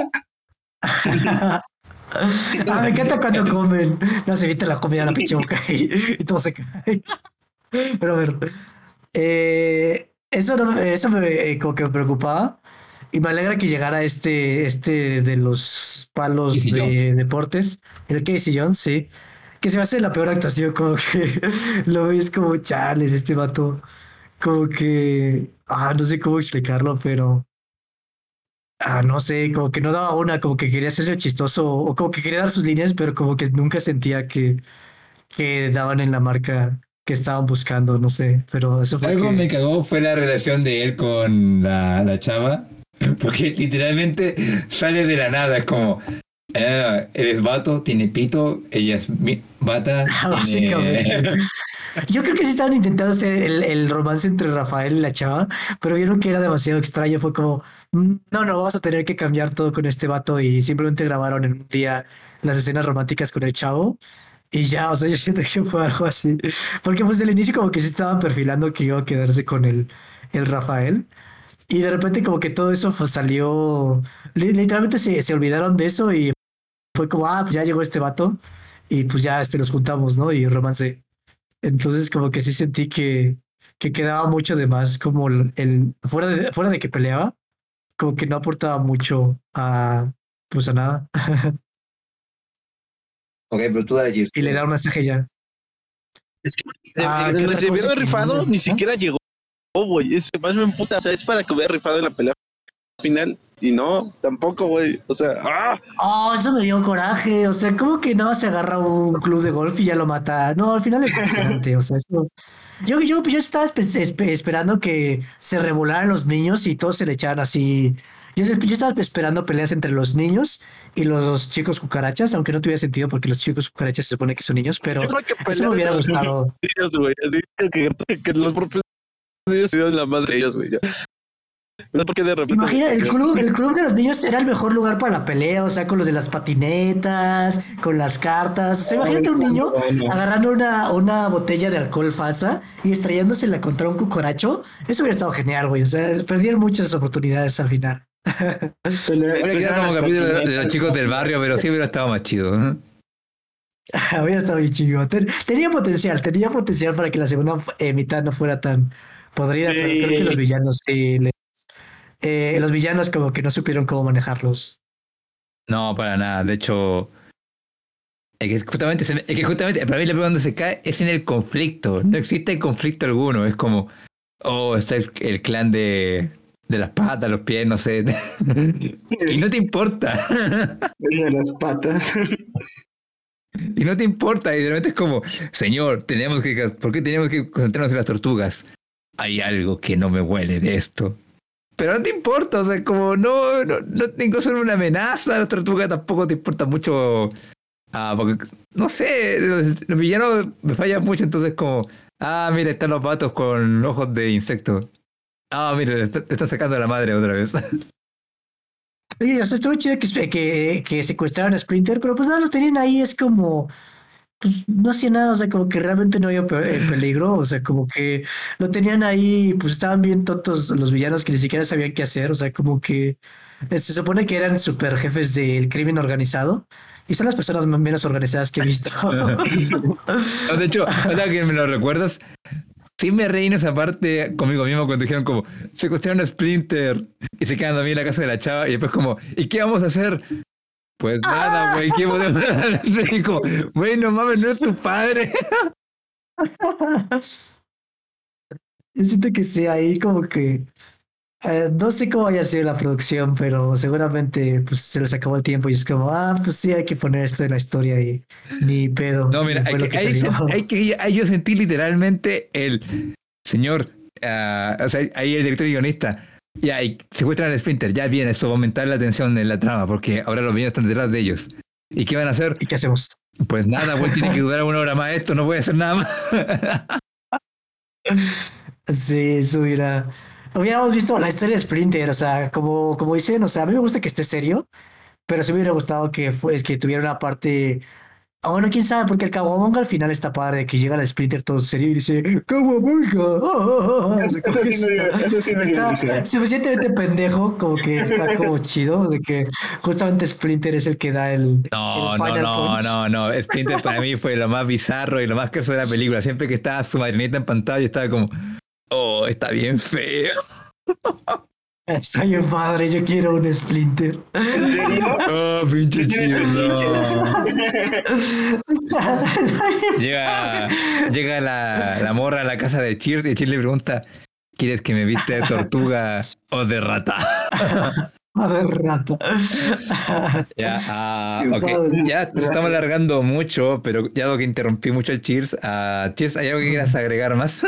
Speaker 4: ¡ah!
Speaker 2: Ah, me encanta cuando comen. No se evita la comida a la pinche boca y, y todo se cae. Pero a ver, eh, eso, no, eso me, eh, como que me preocupaba. Y me alegra que llegara este, este de los palos
Speaker 1: Casey
Speaker 2: de
Speaker 1: Jones.
Speaker 2: deportes, el Casey Jones, sí. Que se me hace la peor actuación, como que lo ves como chales, este vato. Como que, ah, no sé cómo explicarlo, pero ah, no sé, como que no daba una, como que quería hacerse chistoso o como que quería dar sus líneas, pero como que nunca sentía que, que daban en la marca que estaban buscando, no sé, pero eso fue
Speaker 1: Algo me
Speaker 2: que...
Speaker 1: cagó fue la relación de él con la, la chava, porque literalmente sale de la nada, es como, eh, eres vato, tiene pito, ella es mi- bata,
Speaker 2: Básicamente.
Speaker 1: tiene...
Speaker 2: Yo creo que sí estaban intentando hacer el, el romance entre Rafael y la chava, pero vieron que era demasiado extraño. Fue como, "Mm, no, no, vamos a tener que cambiar todo con este vato", y simplemente grabaron en un día las escenas románticas con el chavo. Y ya, o sea, yo siento que fue algo así. Porque pues del inicio como que sí estaban perfilando que iba a quedarse con el, el Rafael. Y de repente como que todo eso pues, salió... li- Literalmente se, se olvidaron de eso y fue como, ah, pues ya llegó este vato. Y pues ya este, nos juntamos, ¿no? Y romance. Entonces como que sí sentí que, que quedaba mucho de más como el, el- fuera de, fuera de que peleaba, como que no aportaba mucho a pues a nada.
Speaker 1: Ok, pero tú dale, Gears.
Speaker 2: Y le da un mensaje ya.
Speaker 3: Es que
Speaker 2: Ah, ¿qué
Speaker 3: eh,
Speaker 2: otra
Speaker 3: se debió
Speaker 2: cosa
Speaker 3: haber
Speaker 2: que
Speaker 3: rifado, ni
Speaker 2: ¿Ah?
Speaker 3: siquiera llegó, güey. Es más me emputa. O sea, es para que hubiera rifado en la pelea final. Y no, tampoco, güey. O sea, ¡ah!
Speaker 2: Oh, eso me dio coraje. O sea, ¿cómo que nada más se agarra un club de golf y ya lo mata? No, al final es decepcionante. O sea, eso... Yo, yo, yo estaba espe- espe- esperando que se revolaran los niños y todos se le echaran así. Yo, yo estaba esperando peleas entre los niños y los chicos cucarachas, aunque no tuviera sentido porque los chicos cucarachas se supone que son niños,
Speaker 3: Yo
Speaker 2: pero
Speaker 3: creo que
Speaker 2: eso me
Speaker 3: pelear
Speaker 2: hubiera
Speaker 3: entre los
Speaker 2: gustado.
Speaker 3: niños, güey. Así que, que los propios niños se dieron la madre de ellos, güey. Ya. No porque de repente.
Speaker 2: Imagina, el club, el club de los niños era el mejor lugar para la pelea, o sea, con los de las patinetas, con las cartas. O sea, imagínate un niño
Speaker 4: Bueno,
Speaker 2: agarrando una, una botella de alcohol falsa y estrellándosela contra un cucaracho. Eso hubiera estado genial, güey. O sea, perdieron muchas oportunidades al final.
Speaker 4: pelea-
Speaker 1: Hubiera quedado
Speaker 4: empezaron
Speaker 1: como
Speaker 4: las
Speaker 1: capítulo de, de los
Speaker 4: patinetas,
Speaker 1: chicos
Speaker 4: ¿no?
Speaker 1: del barrio, pero sí hubiera estado más chido. ¿Eh?
Speaker 2: Hubiera estado bien chido. Ten- tenía potencial, tenía potencial para que la segunda eh, mitad no fuera tan podrida, pero creo que los
Speaker 4: Sí,
Speaker 2: villanos sí. le- eh, los villanos como que no supieron cómo manejarlos.
Speaker 1: No, para nada. De hecho, es que justamente, se me- es que justamente para mí la prueba donde se cae es en el conflicto. No existe conflicto alguno. Es como, oh, está el, el clan de, de las patas, los pies, no sé. Y no te importa.
Speaker 4: el de las patas.
Speaker 1: Y no te importa. Y de repente es como, señor, tenemos que, ¿por qué tenemos que concentrarnos en las tortugas? Hay algo que no me huele de esto. Pero no te importa, o sea, como no, no, no tengo solo una amenaza, las tortugas tampoco te importa mucho. Ah, porque, no sé, los, los villanos me fallan mucho, entonces como, ah, mira, están los patos con ojos de insecto. Ah, mira, le está, le está sacando a la madre otra vez.
Speaker 2: Oye, o sea, estuvo chido que, que, que secuestraron a Splinter, pero pues nada, lo tenían ahí, es como, pues no hacía nada, o sea, como que realmente no había pe- eh, peligro, o sea, como que lo tenían ahí, pues estaban bien tontos los villanos que ni siquiera sabían qué hacer, o sea, como que eh, se supone que eran super jefes del crimen organizado y son las personas m- menos organizadas que he visto.
Speaker 1: No, de hecho, ahora que me lo recuerdas, sí me reí en esa parte conmigo mismo cuando dijeron como, secuestraron a Splinter y se quedan también en la casa de la chava y después como, ¿y qué vamos a hacer? Pues nada, güey, ¿qué podemos hacer? Y como, güey, no mames, no es tu padre.
Speaker 2: Yo siento que sí, ahí como que eh, no sé cómo haya sido la producción, pero seguramente pues se les acabó el tiempo y es como, ah, pues sí, hay que poner esto en la historia y ni pedo,
Speaker 1: No,
Speaker 2: y
Speaker 1: mira, hay
Speaker 2: fue lo
Speaker 1: que,
Speaker 2: que
Speaker 1: ahí,
Speaker 2: salió.
Speaker 1: se- hay que, ahí yo sentí literalmente el señor, ah, o sea, ahí el director y guionista, ya, y secuestran al Splinter, ya bien, esto va a aumentar la tensión en la trama, porque ahora los villanos están detrás de ellos. ¿Y qué van a hacer?
Speaker 2: ¿Y qué hacemos?
Speaker 1: Pues nada, güey, tiene que durar una hora más esto, no voy a hacer nada más.
Speaker 2: Sí, eso hubiera. hubiéramos visto la historia de Splinter, o sea, como, como dicen, o sea, a mí me gusta que esté serio, pero sí me hubiera gustado que, fue, que tuviera una parte. Ah, bueno, quién sabe, porque el Kawabonga al final está padre, que llega al Splinter todo serio y dice Kawabonga. ah, ah, ah", o sea, como
Speaker 4: Eso
Speaker 2: que
Speaker 4: sí me dio,
Speaker 2: está,
Speaker 4: eso sí me dio
Speaker 2: está
Speaker 4: risa.
Speaker 2: suficientemente pendejo, como que está como chido, de que justamente Splinter es el que da el, el
Speaker 1: No, no,
Speaker 2: final
Speaker 1: no,
Speaker 2: punch.
Speaker 1: no, no. Splinter para mí fue lo más bizarro y lo más curioso de la película. Siempre que estaba su marioneta en pantalla, estaba como, oh, está bien feo.
Speaker 2: Está bien padre, yo quiero un Splinter.
Speaker 4: ¿En serio?
Speaker 1: Oh, pinche
Speaker 4: Sí tienes
Speaker 1: chido.
Speaker 4: fetiches.
Speaker 1: No.
Speaker 2: Está, está bien
Speaker 1: Llega, llega la, la morra a la casa de Cheers y Cheers le pregunta, ¿quieres que me viste de tortuga o de rata?
Speaker 2: padre rato.
Speaker 1: Ya, ah,
Speaker 2: Qué
Speaker 1: ok.
Speaker 2: padre.
Speaker 1: Ya nos estamos alargando mucho, pero ya lo que interrumpí mucho el Cheers. ah, Cheers, ¿hay algo que quieras agregar más?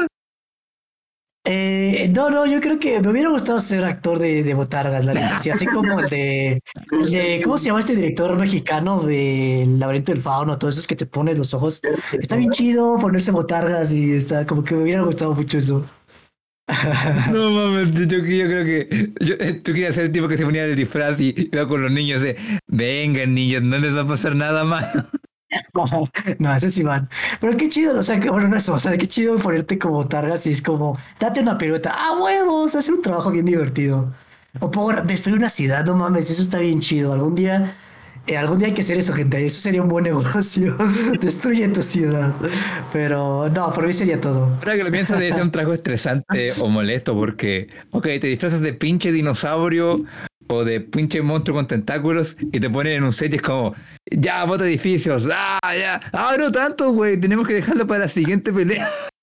Speaker 2: Eh, no, no, yo creo que me hubiera gustado ser actor de, de botargas, la neta. Sí, así como el de, el de, ¿cómo se llama este director mexicano del Laberinto del Fauno? Todos esos que te pones los ojos. Está bien chido ponerse botargas y está como que me hubiera gustado mucho eso.
Speaker 1: No mames, yo, yo creo que yo, eh, tú querías ser el tipo que se ponía el disfraz y iba con los niños de, vengan niños, no les va a pasar nada más.
Speaker 2: No, eso sí van. Pero qué chido, o sea, que, bueno, no eso, o sea, qué chido ponerte como botargas y es como, date una pirueta. ¡Ah, huevos! Hacer un trabajo bien divertido. O por destruir una ciudad, no mames, eso está bien chido. Algún día, eh, algún día hay que hacer eso, gente. Eso sería un buen negocio. Destruye tu ciudad. Pero no, por mí sería todo.
Speaker 1: Ahora que lo pienso, debe ser un trabajo estresante o molesto porque, ok, te disfrazas de pinche dinosaurio o de pinche monstruo con tentáculos y te ponen en un set y es como, ya, bota edificios, ah, ya, ah, no tanto, güey, tenemos que dejarlo para la siguiente pelea.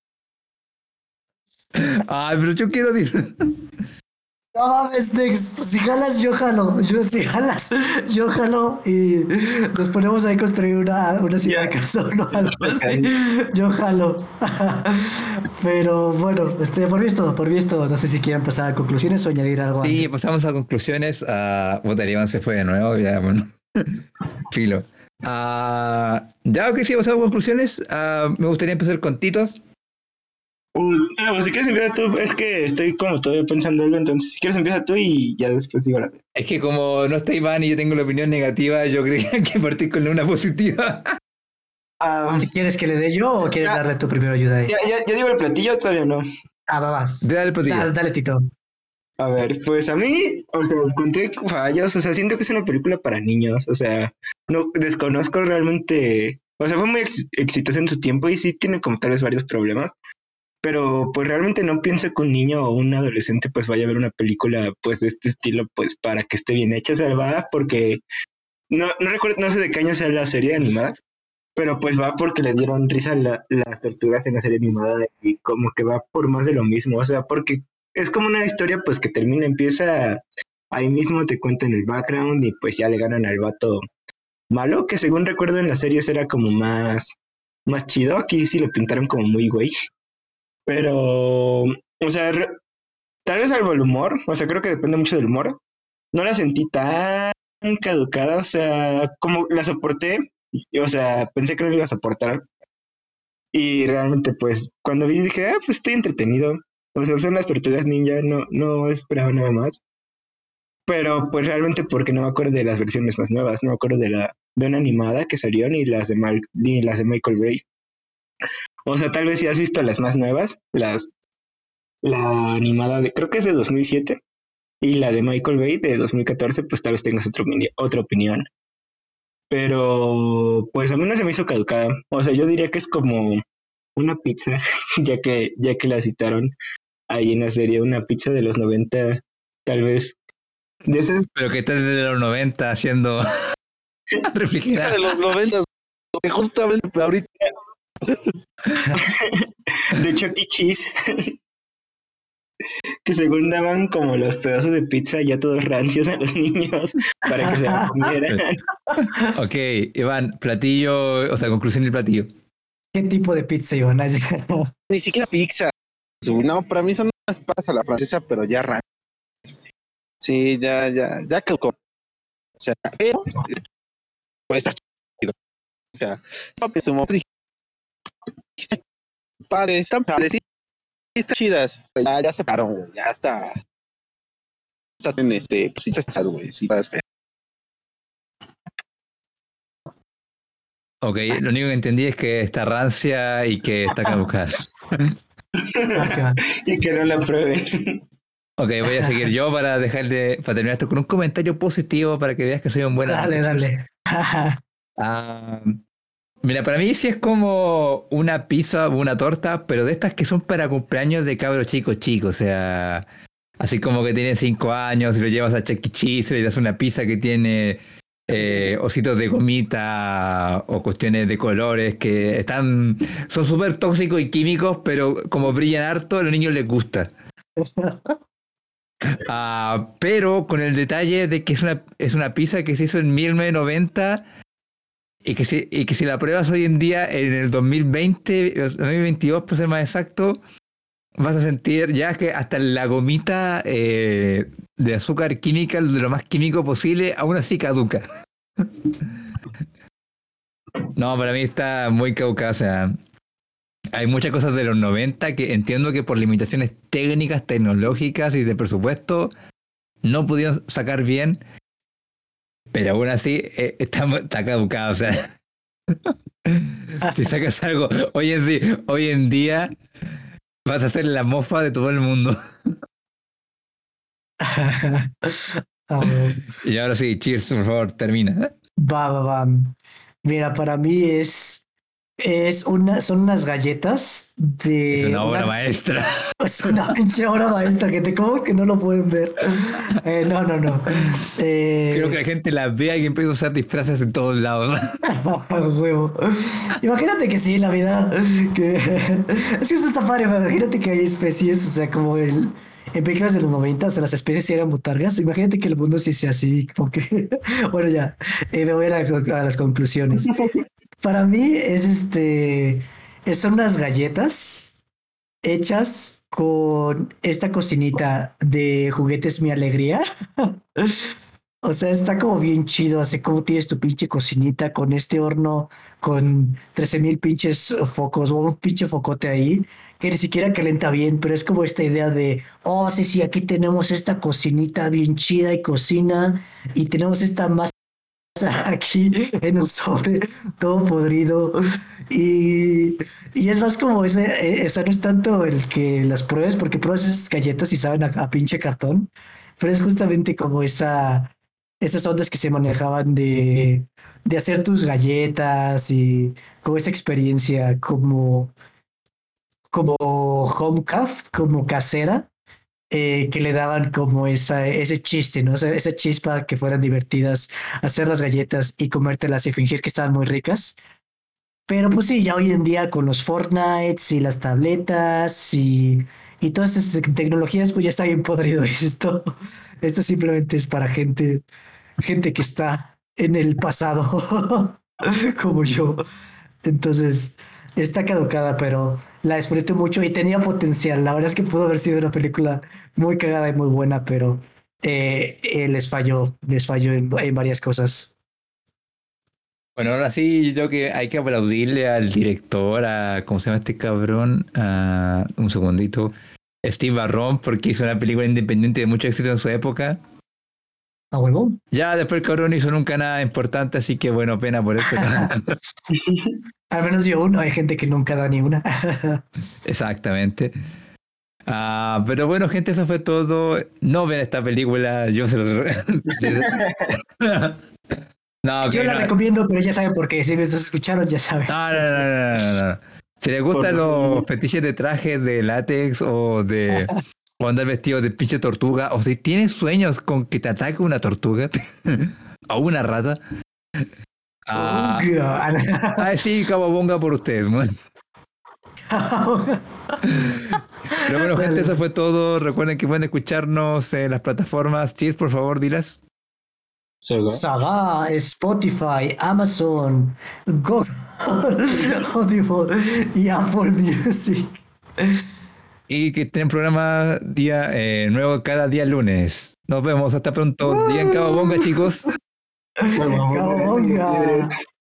Speaker 1: Ay, pero yo quiero disfrazar.
Speaker 2: No mames, Dex, si jalas, yo jalo. Yo, si jalas, yo jalo y nos ponemos ahí a construir una, una ciudad de
Speaker 4: Ya.
Speaker 2: cartón o algo así. Yo jalo. Pero bueno, este, por mí es todo, por mí es todo. No sé si quieren pasar a conclusiones o añadir algo
Speaker 1: Sí,
Speaker 2: antes.
Speaker 1: pasamos a conclusiones. Uh, Iván se fue de nuevo, ya, bueno, filo. Ah, ya que sí, pasamos a conclusiones, ah, me gustaría empezar con Tito.
Speaker 4: Uh, ah, pues si quieres empieza tú, es que estoy como todavía pensando algo, entonces si quieres empieza tú y ya después digo la.
Speaker 1: Es que como no está Iván y yo tengo la opinión negativa, yo creía que partir con una positiva.
Speaker 4: Ah,
Speaker 2: ¿Quieres que le dé yo o quieres
Speaker 4: Ya.
Speaker 2: darle tu primera ayuda ahí?
Speaker 4: ya, ya, ya digo el platillo, todavía no.
Speaker 2: Ah, va, vas.
Speaker 1: Dale el platillo.
Speaker 2: Das- dale, Tito.
Speaker 4: A ver, pues a mí, o sea, encontré fallos, o sea, siento que es una película para niños, o sea, no desconozco realmente, o sea, fue muy ex- exitosa en su tiempo y sí tiene como tal vez varios problemas, pero pues realmente no pienso que un niño o un adolescente pues vaya a ver una película pues de este estilo pues para que esté bien hecha, o sea, va porque, no, no recuerdo, no sé de qué año sea la serie animada, pero pues va porque le dieron risa la- las tortugas en la serie animada y como que va por más de lo mismo, o sea, porque es como una historia pues que termina, empieza ahí mismo, te cuentan el background y pues ya le ganan al vato malo, que según recuerdo en las series era como más, más chido, aquí sí lo pintaron como muy güey, pero, o sea, re- tal vez algo el humor, o sea, creo que depende mucho del humor, no la sentí tan caducada, o sea, como la soporté, y, o sea, pensé que no la iba a soportar. Y realmente, pues, cuando vi dije, ah, pues estoy entretenido. O sea, son las tortugas ninja, no, no esperaba nada más. Pero, pues, realmente porque no me acuerdo de las versiones más nuevas, no me acuerdo de la de una animada que salió, ni las de Mal, ni las de Michael Bay. O sea, tal vez si has visto las más nuevas, las, la animada de, creo que es de dos mil siete, y la de Michael Bay de dos mil catorce, pues tal vez tengas otro, opini- otra opinión. Pero, pues a mí no se me hizo caducada. O sea, yo diría que es como una pizza, ya que, ya que la citaron ahí en la serie, una pizza de los noventa, tal vez. De esas,
Speaker 1: Pero que está desde los noventa haciendo
Speaker 3: Esa
Speaker 1: refrigerar.
Speaker 3: de los noventas, que justamente ahorita
Speaker 4: de Chuck E. Cheese, que según daban como los pedazos de pizza ya todos rancios a los niños para que se la comieran.
Speaker 1: Ok, Iván, platillo, o sea, conclusión del platillo.
Speaker 2: ¿Qué tipo de pizza, Iván?
Speaker 3: ni siquiera pizza. No, para mí son unas pasas a la francesa, pero ya ran. Sí, ya, ya, ya caducó. O sea, pero pues, está chido. O sea, no que sumo. Padres, están padres, sí, están chidas. Ya, ya se pararon, güey. Ya está. Está en este. Pues sí, ya está, güey. Sí, vas a ver.
Speaker 1: Ok, lo único que entendí es que está rancia y que está caducada.
Speaker 2: Acá.
Speaker 4: Y que no la prueben.
Speaker 1: Ok, voy a seguir yo para dejar de, para terminar esto con un comentario positivo para que veas que soy un buen
Speaker 2: Dale, dale.
Speaker 1: Ah, mira, para mí sí es como una pizza o una torta, pero de estas que son para cumpleaños de cabros chicos chicos, o sea, así como que tienen cinco años y lo llevas a Chuck E. Cheese y le das una pizza que tiene eh, ositos de gomita o cuestiones de colores que están, son súper tóxicos y químicos, pero como brillan harto, a los niños les gusta. Ah, pero con el detalle de que es una, es una pizza que se hizo en mil novecientos noventa y que, si, y que si la pruebas hoy en día, en el dos mil veinte, dos mil veintidós, por ser más exacto, vas a sentir ya que hasta la gomita eh, de azúcar química, de lo más químico posible, aún así caduca. No, para mí está muy caducada, o sea, hay muchas cosas de los noventa que entiendo que por limitaciones técnicas, tecnológicas y de presupuesto no pudieron sacar bien, pero aún así eh, está, está caducado, o sea, si sacas algo hoy en, sí, hoy en día vas a ser la mofa de todo el mundo.
Speaker 2: Oh,
Speaker 1: Y ahora sí, cheers, por favor, termina.
Speaker 2: va, va, va. Mira, para mí es, es una, son unas galletas de
Speaker 1: Es una obra
Speaker 2: una-
Speaker 1: maestra.
Speaker 2: es una pinche obra maestra que te como que no lo pueden ver. Eh, no, no, no. Eh,
Speaker 1: Quiero que la gente la vea y que empiece a usar disfraces en todos lados.
Speaker 2: Huevo. Imagínate que sí, la vida. Que... Es que esto está padre, pero imagínate que hay especies, o sea, como el, en películas de los noventa, o sea, las especies sí eran botargas. Imagínate que el mundo sí sea así, como que. Bueno, ya, eh, me voy a, la- a las conclusiones. Para mí es este. es- Son unas galletas hechas con esta cocinita de juguetes Mi Alegría. O sea, está como bien chido, así como tienes tu pinche cocinita con este horno con trece mil pinches focos o un pinche focote ahí que ni siquiera calienta bien, pero es como esta idea de, oh, sí, sí, aquí tenemos esta cocinita bien chida y cocina y tenemos esta masa aquí en un sobre todo podrido y, y es más como ese, eh, o sea, no es tanto el que las pruebes porque pruebas esas galletas y saben a, a pinche cartón, pero es justamente como esa esas ondas que se manejaban de, de hacer tus galletas y como esa experiencia como, como home craft, como casera, eh, que le daban como esa, ese chiste, ¿no? O sea, esa chispa que fueran divertidas, hacer las galletas y comértelas y fingir que estaban muy ricas. Pero pues sí, ya hoy en día con los Fortnites y las tabletas y, y todas esas tecnologías, pues ya está bien podrido esto. Esto simplemente es para gente, gente que está en el pasado, como yo. Entonces, está caducada, pero la disfruté mucho y tenía potencial. La verdad es que pudo haber sido una película muy cagada y muy buena, pero eh, eh, les falló, les falló en, en varias cosas.
Speaker 1: Bueno, ahora sí, yo creo que hay que aplaudirle al director, a, ¿cómo se llama este cabrón? A, un segundito. Steve Barron, porque hizo una película independiente de mucho éxito en su época.
Speaker 2: ¿A huevo?
Speaker 1: Ya después el cabrón hizo nunca nada importante, así que bueno, pena por eso.
Speaker 2: Al menos yo uno, hay gente que nunca da ni una.
Speaker 1: Exactamente. Ah, pero bueno, gente, eso fue todo. No ven esta película, yo se lo... No, ok,
Speaker 2: Yo la
Speaker 1: no.
Speaker 2: recomiendo, pero ya saben por qué. Si me escucharon, ya saben.
Speaker 1: No, no, no, no, no, no. Si les gustan
Speaker 4: Por-
Speaker 1: los fetiches de trajes de látex o de o andar vestido de pinche tortuga, o si tienes sueños con que te ataque una tortuga o una rata. Ah,
Speaker 2: Oh, God.
Speaker 1: ay, sí, cababonga por ustedes, ¿no? Pero bueno, gente,
Speaker 2: Dale.
Speaker 1: eso fue todo. Recuerden que pueden escucharnos en las plataformas. Cheers, por favor, dilas.
Speaker 4: Solo.
Speaker 2: Saga, Spotify, Amazon, Google, Audible y Apple Music.
Speaker 1: Y que tienen programa día eh, nuevo cada día lunes. Nos vemos, hasta pronto. Digan cababonga, chicos.
Speaker 4: Bueno,
Speaker 2: Cowabunga.